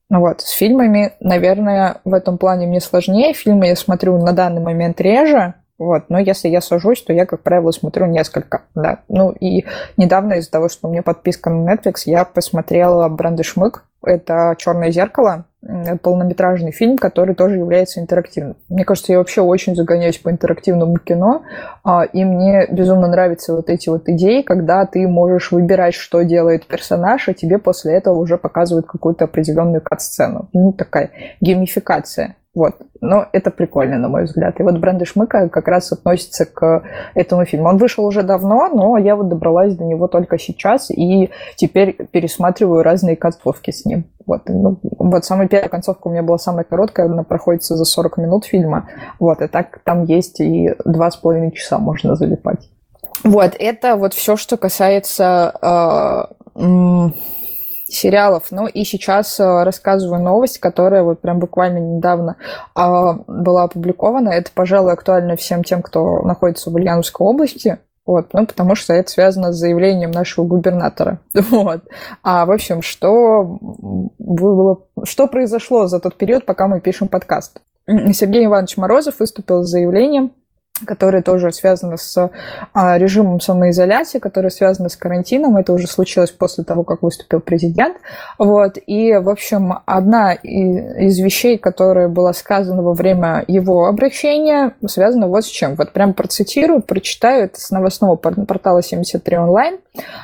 Вот. С фильмами, наверное, в этом плане мне сложнее. Фильмы я смотрю на данный момент реже, вот, но если я сажусь, то я, как правило, смотрю несколько, да. Ну и недавно из-за того, что у меня подписка на Netflix, я посмотрела «Бренд и Шмык». Это «Черное зеркало», полнометражный фильм, который тоже является интерактивным. Мне кажется, я вообще очень загоняюсь по интерактивному кино, и мне безумно нравятся вот эти вот идеи, когда ты можешь выбирать, что делает персонаж, а тебе после этого уже показывают какую-то определенную кат-сцену. Ну, такая геймификация. Вот. Но это прикольно, на мой взгляд. И вот «Бренд и Шмык» как раз относится к этому фильму. Он вышел уже давно, но я вот добралась до него только сейчас, и теперь пересматриваю разные концовки с ним. Вот, ну, вот самая первая концовка у меня была самая короткая, она проходится за сорок минут фильма. Вот, и так там есть и два с половиной часа можно залипать. Вот, это вот все, что касается... Э, м- сериалов. Ну и сейчас рассказываю новость, которая вот прям буквально недавно а, была опубликована. Это, пожалуй, актуально всем тем, кто находится в Ульяновской области. Вот, ну, потому что это связано с заявлением нашего губернатора. Вот. А, в общем, что было, что произошло за тот период, пока мы пишем подкаст? Сергей Иванович Морозов выступил с заявлением, которое тоже связано с а, режимом самоизоляции, которое связано с карантином. Это уже случилось после того, как выступил президент. Вот. И, в общем, одна из вещей, которая была сказана во время его обращения, связана вот с чем. Вот прям процитирую, прочитаю. Это с новостного портала семьдесят три онлайн.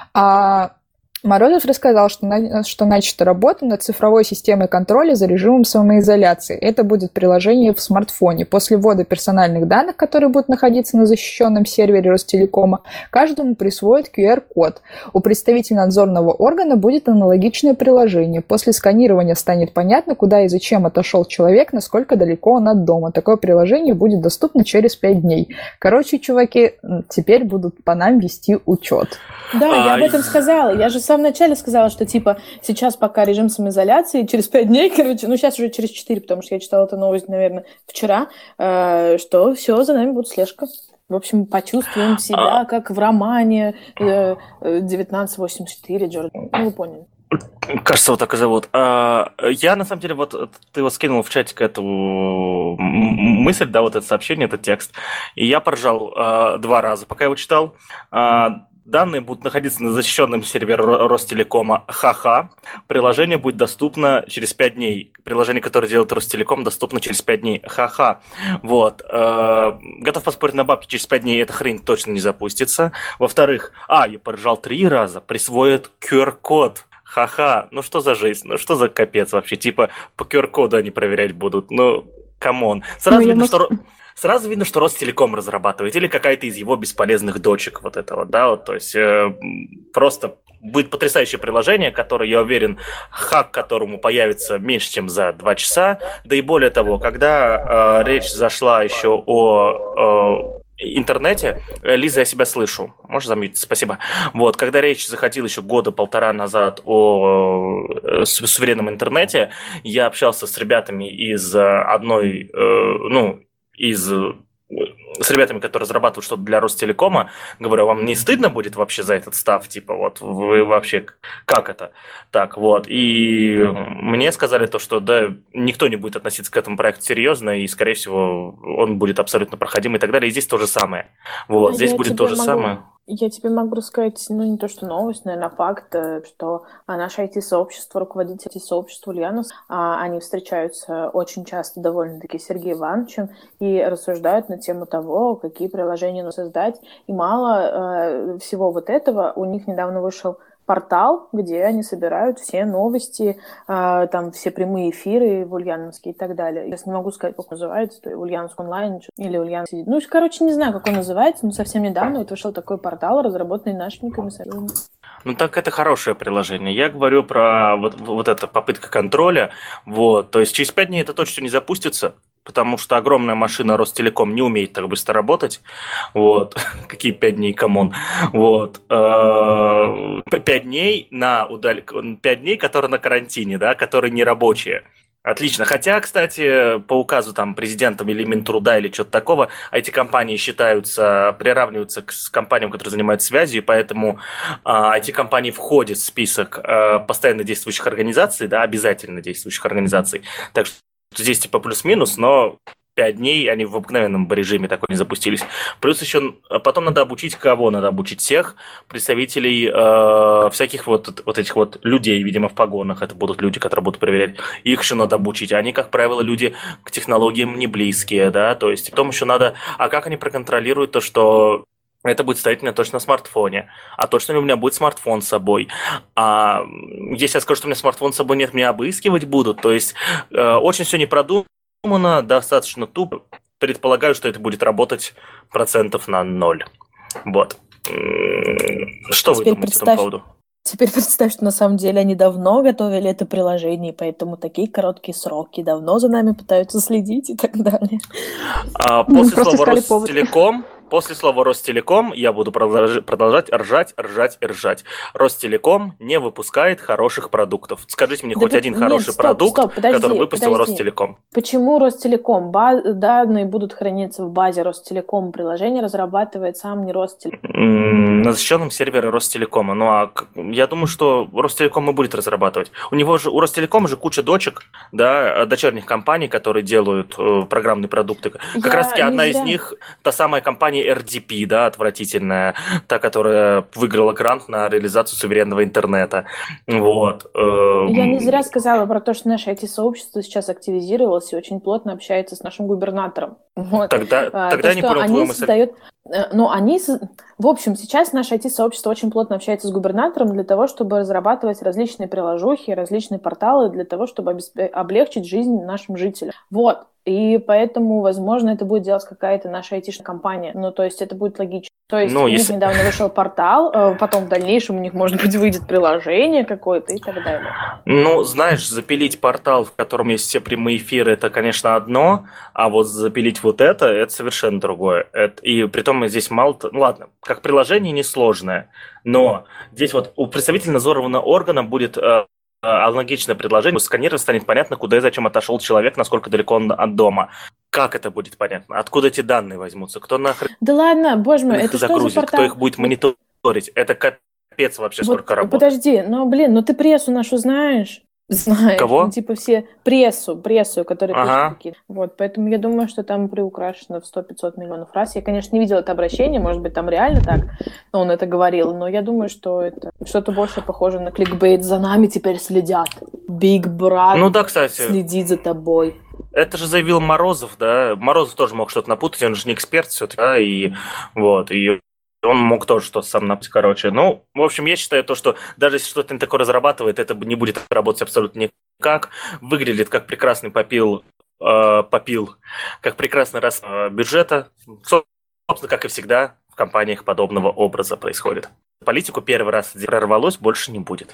А Морозов рассказал, что, на, что начата работа над цифровой системой контроля за режимом самоизоляции. Это будет приложение в смартфоне. После ввода персональных данных, которые будут находиться на защищенном сервере Ростелекома, каждому присвоят ку ар код. У представителя надзорного органа будет аналогичное приложение. После сканирования станет понятно, куда и зачем отошел человек, насколько далеко он от дома. Такое приложение будет доступно через пять дней. Короче, чуваки, теперь будут по нам вести учет. Да, я об этом сказала. Я же в самом начале сказала, что, типа, сейчас пока режим самоизоляции, через пять дней, короче, ну, сейчас уже через четыре, потому что я читала эту новость, наверное, вчера, э, что все, за нами будет слежка. В общем, почувствуем себя, как в романе э, девятнадцать восемьдесят четыре, Джордж. Ну, вы поняли. Кажется, вот так и зовут. Я, на самом деле, вот ты вот скинул в чатик эту мысль, да, вот это сообщение, этот текст, и я поржал два раза, пока я его читал. Данные будут находиться на защищенном сервере Ростелекома. Ха-ха. Приложение будет доступно через пять дней. Приложение, которое делает Ростелеком, доступно через пять дней. Ха-ха. Вот. Готов поспорить на бабки, через пять дней эта хрень точно не запустится. Во-вторых, а, я поржал три раза, присвоят ку ар код. Ха-ха. Ну что за жизнь? Ну что за капец вообще? Типа по ку ар коду они проверять будут. Ну, камон. Сразу видно, что... Сразу видно, что Ростелеком разрабатывает, или какая-то из его бесполезных дочек вот этого, да, вот, то есть э, просто будет потрясающее приложение, которое, я уверен, хак которому появится меньше, чем за два часа, да и более того, когда э, речь зашла еще о... Э, интернете, Лиза, я себя слышу. Можешь замьютить? Спасибо. Вот, когда речь заходила еще года полтора назад о суверенном интернете, я общался с ребятами из одной, ну, из с ребятами, которые разрабатывают что-то для Ростелекома, говорю, вам не стыдно будет вообще за этот став? Типа, вот, вы вообще, как это? Так, вот, и мне сказали то, что, да, никто не будет относиться к этому проекту серьезно, и, скорее всего, он будет абсолютно проходим и так далее, и здесь то же самое. Вот, а здесь будет то же могу... самое. Я тебе могу рассказать, ну, не то, что новость, наверное, факт, что наше ай ти-сообщество, руководители ай ти-сообщества Ульяновск, они встречаются очень часто довольно-таки с Сергеем Ивановичем и рассуждают на тему того, какие приложения нужно создать. И мало всего вот этого, у них недавно вышел портал, где они собирают все новости, э, там все прямые эфиры в Ульяновске и так далее. Я не могу сказать, как он называется, то Ульяновск онлайн или Ульяновск. Ну, короче, не знаю, как он называется, но совсем недавно вот вышел такой портал, разработанный нашими комиссариями. Ну, так это хорошее приложение. Я говорю про вот, вот эту попытку контроля. Вот. То есть через пять дней это точно не запустится, потому что огромная машина Ростелеком не умеет так быстро работать. Вот. Какие пять дней, камон. Вот. Пять дней на удаль... пять дней, которые на карантине, да, которые не рабочие. Отлично. Хотя, кстати, по указу там президента или Минтруда или что-то такого, эти компании считаются, приравниваются к компаниям, которые занимаются связью, и поэтому а, эти компании входят в список а, постоянно действующих организаций, да, обязательно действующих организаций. Так что здесь типа плюс-минус, но пять дней они в обыкновенном режиме такой не запустились. Плюс еще потом надо обучить кого? Надо обучить всех представителей э, всяких вот, вот этих вот людей, видимо, в погонах. Это будут люди, которые будут проверять. Их еще надо обучить. Они, как правило, люди к технологиям не близкие, да, то есть потом еще надо... А как они проконтролируют то, что это будет стоять у меня точно на смартфоне. А точно ли у меня будет смартфон с собой? А если я скажу, что у меня смартфон с собой нет, меня обыскивать будут. То есть э, очень все не продумано. Достаточно тупо. Предполагаю, что это будет работать процентов на ноль. Вот. Что Теперь вы думаете по этому поводу? Теперь представь, что на самом деле они давно готовили это приложение, поэтому такие короткие сроки, давно за нами пытаются следить и так далее. А, после слова Ростелеком... После слова Ростелеком я буду продолжать, продолжать ржать, ржать и ржать. Ростелеком не выпускает хороших продуктов. Скажите мне да хоть один нет, хороший стоп, продукт, стоп, подожди, который выпустил подожди. Ростелеком. Почему Ростелеком? Ба- данные будут храниться в базе Ростелеком. Приложение разрабатывает сам не Ростелеком. Mm, на защищенном сервере Ростелекома. Ну а я думаю, что Ростелеком и будет разрабатывать. У него же, у Ростелекома же куча дочек, да, дочерних компаний, которые делают э, программные продукты. Как я раз таки одна зря. из них, та самая компания эр ди пи, да, отвратительная, та, которая выиграла грант на реализацию суверенного интернета. Вот. Я не зря сказала про то, что наше ай ти-сообщество сейчас активизировалось и очень плотно общается с нашим губернатором. Вот. Тогда, а, тогда то, я не понял твою мысль. Создают... Ну, они... В общем, сейчас наше ай ти-сообщество очень плотно общается с губернатором для того, чтобы разрабатывать различные приложухи, различные порталы для того, чтобы облегчить жизнь нашим жителям. Вот. И поэтому, возможно, это будет делать какая-то наша айтишная компания. Ну, то есть это будет логично. То есть ну, у них если... недавно вышел портал, потом в дальнейшем у них, может быть, выйдет приложение какое-то и так далее. Ну, знаешь, запилить портал, в котором есть все прямые эфиры, это, конечно, одно, а вот запилить вот это, это совершенно другое. Это... И притом здесь мало... Ну, ладно, как приложение несложное, но здесь вот у представителя надзорного органа будет... аналогичное предложение, сканировать станет понятно, куда и зачем отошел человек, насколько далеко он от дома. Как это будет понятно? Откуда эти данные возьмутся? Кто нахрен да ладно, боже мой, это загрузит? Что за кто их будет мониторить? Это капец вообще, вот, сколько работы. Подожди, ну блин, ну ты прессу нашу знаешь? Знаешь. Кого? Ну, типа все прессу, прессу, которая ага. пишет. Вот, поэтому я думаю, что там приукрашено в сто-пятьсот миллионов раз. Я, конечно, не видела это обращение, может быть, там реально так, но он это говорил, но я думаю, что это что-то больше похоже на кликбейт. За нами теперь следят. Big Brother ну, да, кстати. следит за тобой. Это же заявил Морозов, да? Морозов тоже мог что-то напутать, он же не эксперт все-таки, да, и вот, и он мог тоже что-то сам написать, короче. Ну, в общем, я считаю то, что даже если что-то такое разрабатывает, это не будет работать абсолютно никак. Выглядит как прекрасный попил, э, попил, как прекрасный раз э, бюджета. Собственно, как и всегда, в компаниях подобного образа происходит. Политику первый раз прорвалось, больше не будет.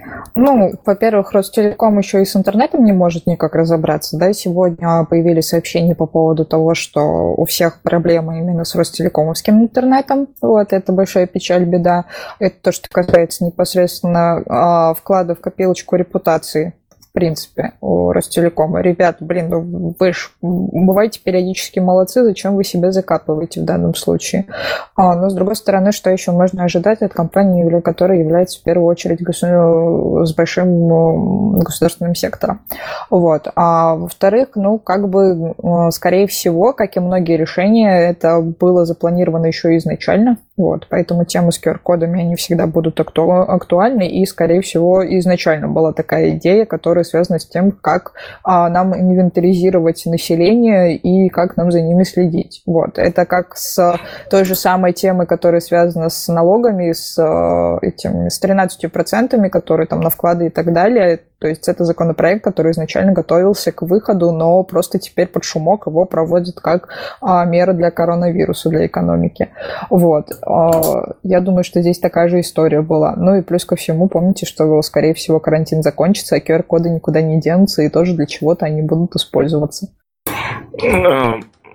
Ну, во-первых, Ростелеком еще и с интернетом не может никак разобраться, да, сегодня появились сообщения по поводу того, что у всех проблемы именно с Ростелекомовским интернетом, вот, это большая печаль, беда, это то, что касается непосредственно а, вклада в копилочку репутации. В принципе, у Ростелекома. Ребят, блин, ну вы же бываете периодически молодцы, зачем вы себя закапываете в данном случае? А, но, с другой стороны, что еще можно ожидать от компании, которая является в первую очередь госу... с большим государственным сектором? Вот. А во-вторых, ну, как бы, скорее всего, как и многие решения, это было запланировано еще изначально. Вот. Поэтому темы с ку ар-кодами, они всегда будут акту... актуальны, и, скорее всего, изначально была такая идея, которая связана с тем, как а, нам инвентаризировать население и как нам за ними следить. Вот. Это как с той же самой темой, которая связана с налогами, с, этим, с тринадцатью процентами, которые там на вклады и так далее. То есть это законопроект, который изначально готовился к выходу, но просто теперь под шумок его проводят как а, мера для коронавируса, для экономики. Вот. А, я думаю, что здесь такая же история была. Ну и плюс ко всему, помните, что, скорее всего, карантин закончится, а ку ар-коды никуда не денутся, и тоже для чего-то они будут использоваться.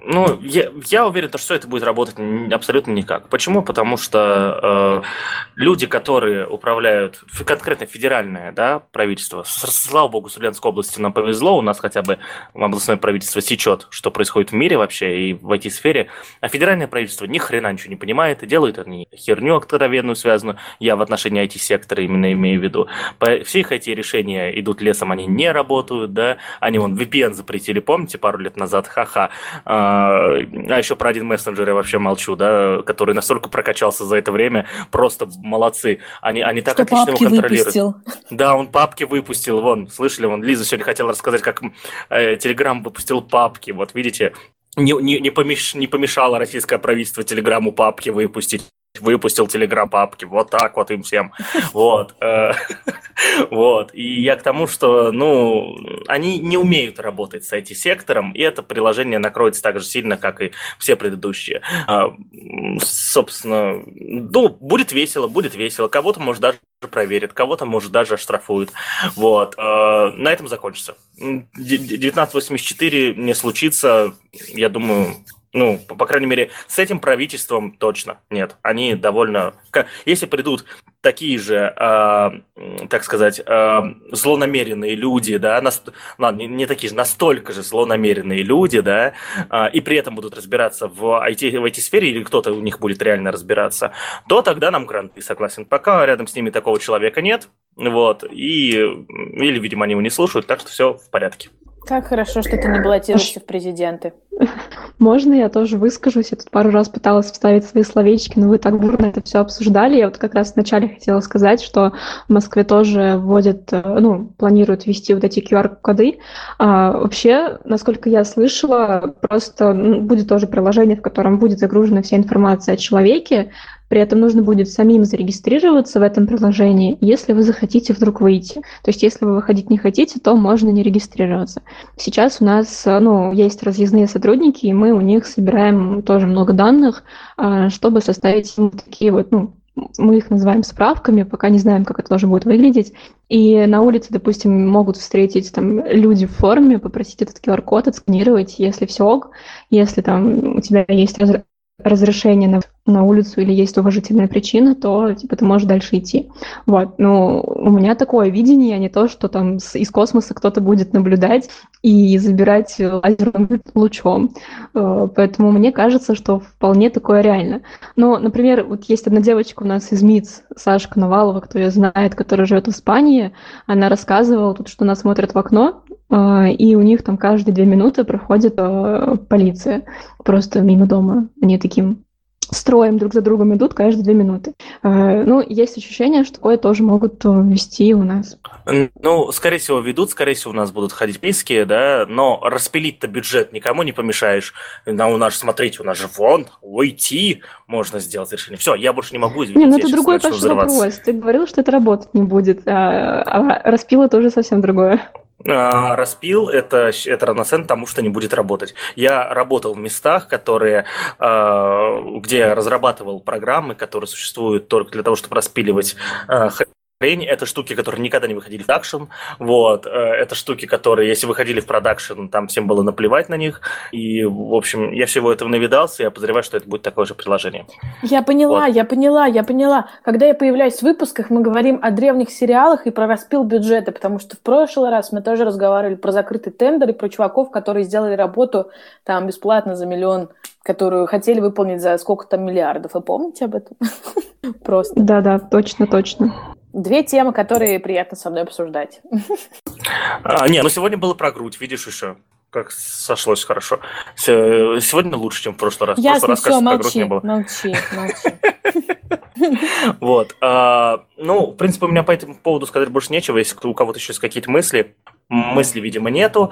Ну, я, я уверен, что это будет работать абсолютно никак. Почему? Потому что э, люди, которые управляют, конкретно федеральное, да, правительство, слава богу, с Ульяновской области нам повезло, у нас хотя бы областное правительство сечет, что происходит в мире вообще и в ай ти-сфере, а федеральное правительство ни хрена ничего не понимает и делает они херню откровенную связанную, я в отношении ай ти-сектора именно имею в виду. По, все их эти решения идут лесом, они не работают, да, они вон ви пи эн запретили, помните, пару лет назад, ха-ха. А еще про один мессенджер я вообще молчу, да, который настолько прокачался за это время, просто молодцы. Они, они так что отлично его контролируют. Выпустил. Да, он папки выпустил, вон, слышали, вон, Лиза сегодня хотела рассказать, как э, Телеграм выпустил папки, вот видите, не, не, не, помеш, не помешало российское правительство Телеграму папки выпустить. Выпустил телеграм-папки, вот так вот им всем, вот, вот, и я к тому, что, ну, они не умеют работать с ай ти-сектором, и это приложение накроется так же сильно, как и все предыдущие, собственно, ну, будет весело, будет весело, кого-то, может, даже проверят, кого-то, может, даже оштрафуют, вот, на этом закончится. девятнадцать восемьдесят четыре не случится, я думаю. Ну, по, по крайней мере, с этим правительством точно нет. Они довольно... Если придут такие же, э, так сказать, э, злонамеренные люди, да, на, ладно, не, не такие же, настолько же злонамеренные люди, да, э, и при этом будут разбираться в ай ти, в ай ти-сфере, или кто-то у них будет реально разбираться, то тогда нам гранты, согласен. Пока рядом с ними такого человека нет, вот, и... Или, видимо, они его не слушают, так что все в порядке. Как хорошо, что ты не баллотируешься в президенты. Можно я тоже выскажусь? Я тут пару раз пыталась вставить свои словечки, но вы так бурно это все обсуждали. Я вот как раз вначале хотела сказать, что в Москве тоже вводят, ну, планируют ввести вот эти ку ар-коды. А вообще, насколько я слышала, просто будет тоже приложение, в котором будет загружена вся информация о человеке. При этом нужно будет самим зарегистрироваться в этом приложении, если вы захотите вдруг выйти. То есть, если вы выходить не хотите, то можно не регистрироваться. Сейчас у нас, ну, есть разъездные сотрудники, и мы у них собираем тоже много данных, чтобы составить такие вот, ну, мы их называем справками, пока не знаем, как это тоже будет выглядеть. И на улице, допустим, могут встретить там люди в форме, попросить этот ку ар-код отсканировать, если все ок, если там у тебя есть раз... разрешение на, на улицу или есть уважительная причина, то типа ты можешь дальше идти. Вот. Но у меня такое видение, а не то, что там с, из космоса кто-то будет наблюдать и забирать лазерным лучом. Поэтому мне кажется, что вполне такое реально. Но, например, вот есть одна девочка у нас из МИЦ, Сашка Навалова, кто ее знает, которая живет в Испании, она рассказывала тут, что она смотрит в окно, и у них там каждые две минуты проходит полиция просто мимо дома. Они таким строем друг за другом идут каждые две минуты. Ну, есть ощущение, что такое тоже могут вести у нас. Ну, скорее всего, ведут, скорее всего, у нас будут ходить писки, да, но распилить-то бюджет никому не помешаешь. Ну, у нас, смотрите, у нас же вон, уйти можно сделать решение. Все, я больше не могу, извините. Не, ну это другой, Паша, вопрос. Ты говорил, что это работать не будет, а, а распил это уже совсем другое. А, распил это, это равноценно тому, что не будет работать. Я работал в местах, которые, где я разрабатывал программы, которые существуют только для того, чтобы распиливать хрень. Это штуки, которые никогда не выходили в продакшн. Вот. Это штуки, которые, если выходили в продакшн, там всем было наплевать на них. И, в общем, я всего этого навидался, и я подозреваю, что это будет такое же приложение. Я поняла, вот. я поняла, я поняла. Когда я появляюсь в выпусках, мы говорим о древних сериалах и про распил бюджета, потому что в прошлый раз мы тоже разговаривали про закрытый тендер и про чуваков, которые сделали работу там бесплатно за миллион, которую хотели выполнить за сколько-то миллиардов. Вы помните об этом? Просто. Да-да, точно, точно. Две темы, которые приятно со мной обсуждать. А, не, ну сегодня было про грудь, видишь еще, как сошлось хорошо. Сегодня лучше, чем в прошлый раз. Ясно, в прошлый раз, все, кажется, молчи, про грудь не было. молчи, молчи. Вот. Ну, в принципе, у меня по этому поводу сказать больше нечего. Если у кого-то еще есть какие-то мысли, мысли, видимо, нету.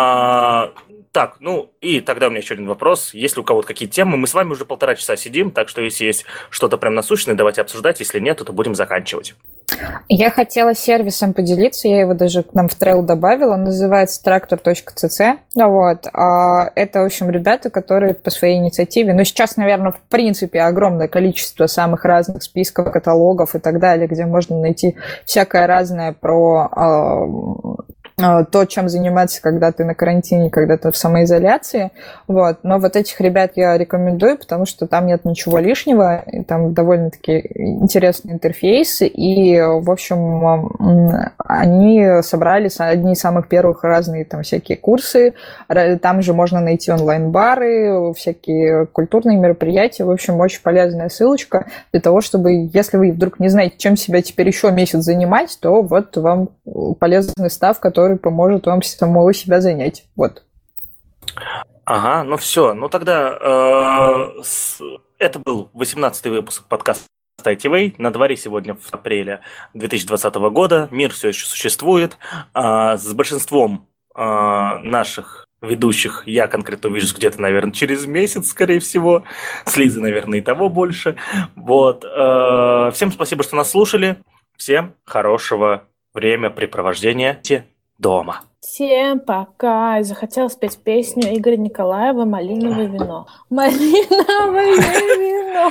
Так, ну и тогда у меня еще один вопрос. Если у кого-то какие-то темы, мы с вами уже полтора часа сидим, так что если есть что-то прям насущное, давайте обсуждать. Если нет, то будем заканчивать. Я хотела сервисом поделиться, я его даже к нам в трейл добавила, он называется трактор точка си си. Вот. Это, в общем, ребята, которые по своей инициативе, ну, сейчас, наверное, в принципе, огромное количество самых разных списков, каталогов и так далее, где можно найти всякое разное про то, чем заниматься, когда ты на карантине, когда ты в самоизоляции. Вот. Но вот этих ребят я рекомендую, потому что там нет ничего лишнего, и там довольно-таки интересный интерфейс, и, в общем, они собрали одни из самых первых разные там всякие курсы, там же можно найти онлайн-бары, всякие культурные мероприятия, в общем, очень полезная ссылочка для того, чтобы, если вы вдруг не знаете, чем себя теперь еще месяц занимать, то вот вам полезный став, который который поможет вам самого себя занять. Вот. Ага, ну все. Ну тогда э, с... это был восемнадцатый выпуск подкаста ай ти Way. На дворе сегодня в апреле две тысячи двадцатого года. Мир все еще существует. Э, с большинством э, наших ведущих я конкретно увижусь где-то, наверное, через месяц, скорее всего. С Лизой, наверное, и того больше. Вот. Э, всем спасибо, что нас слушали. Всем хорошего времяпрепровождения дома. Всем пока. Захотела спеть песню Игоря Николаева «Малиновое вино». Малиновое вино.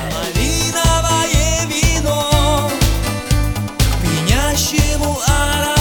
Малиновое вино к пьянящему аромату.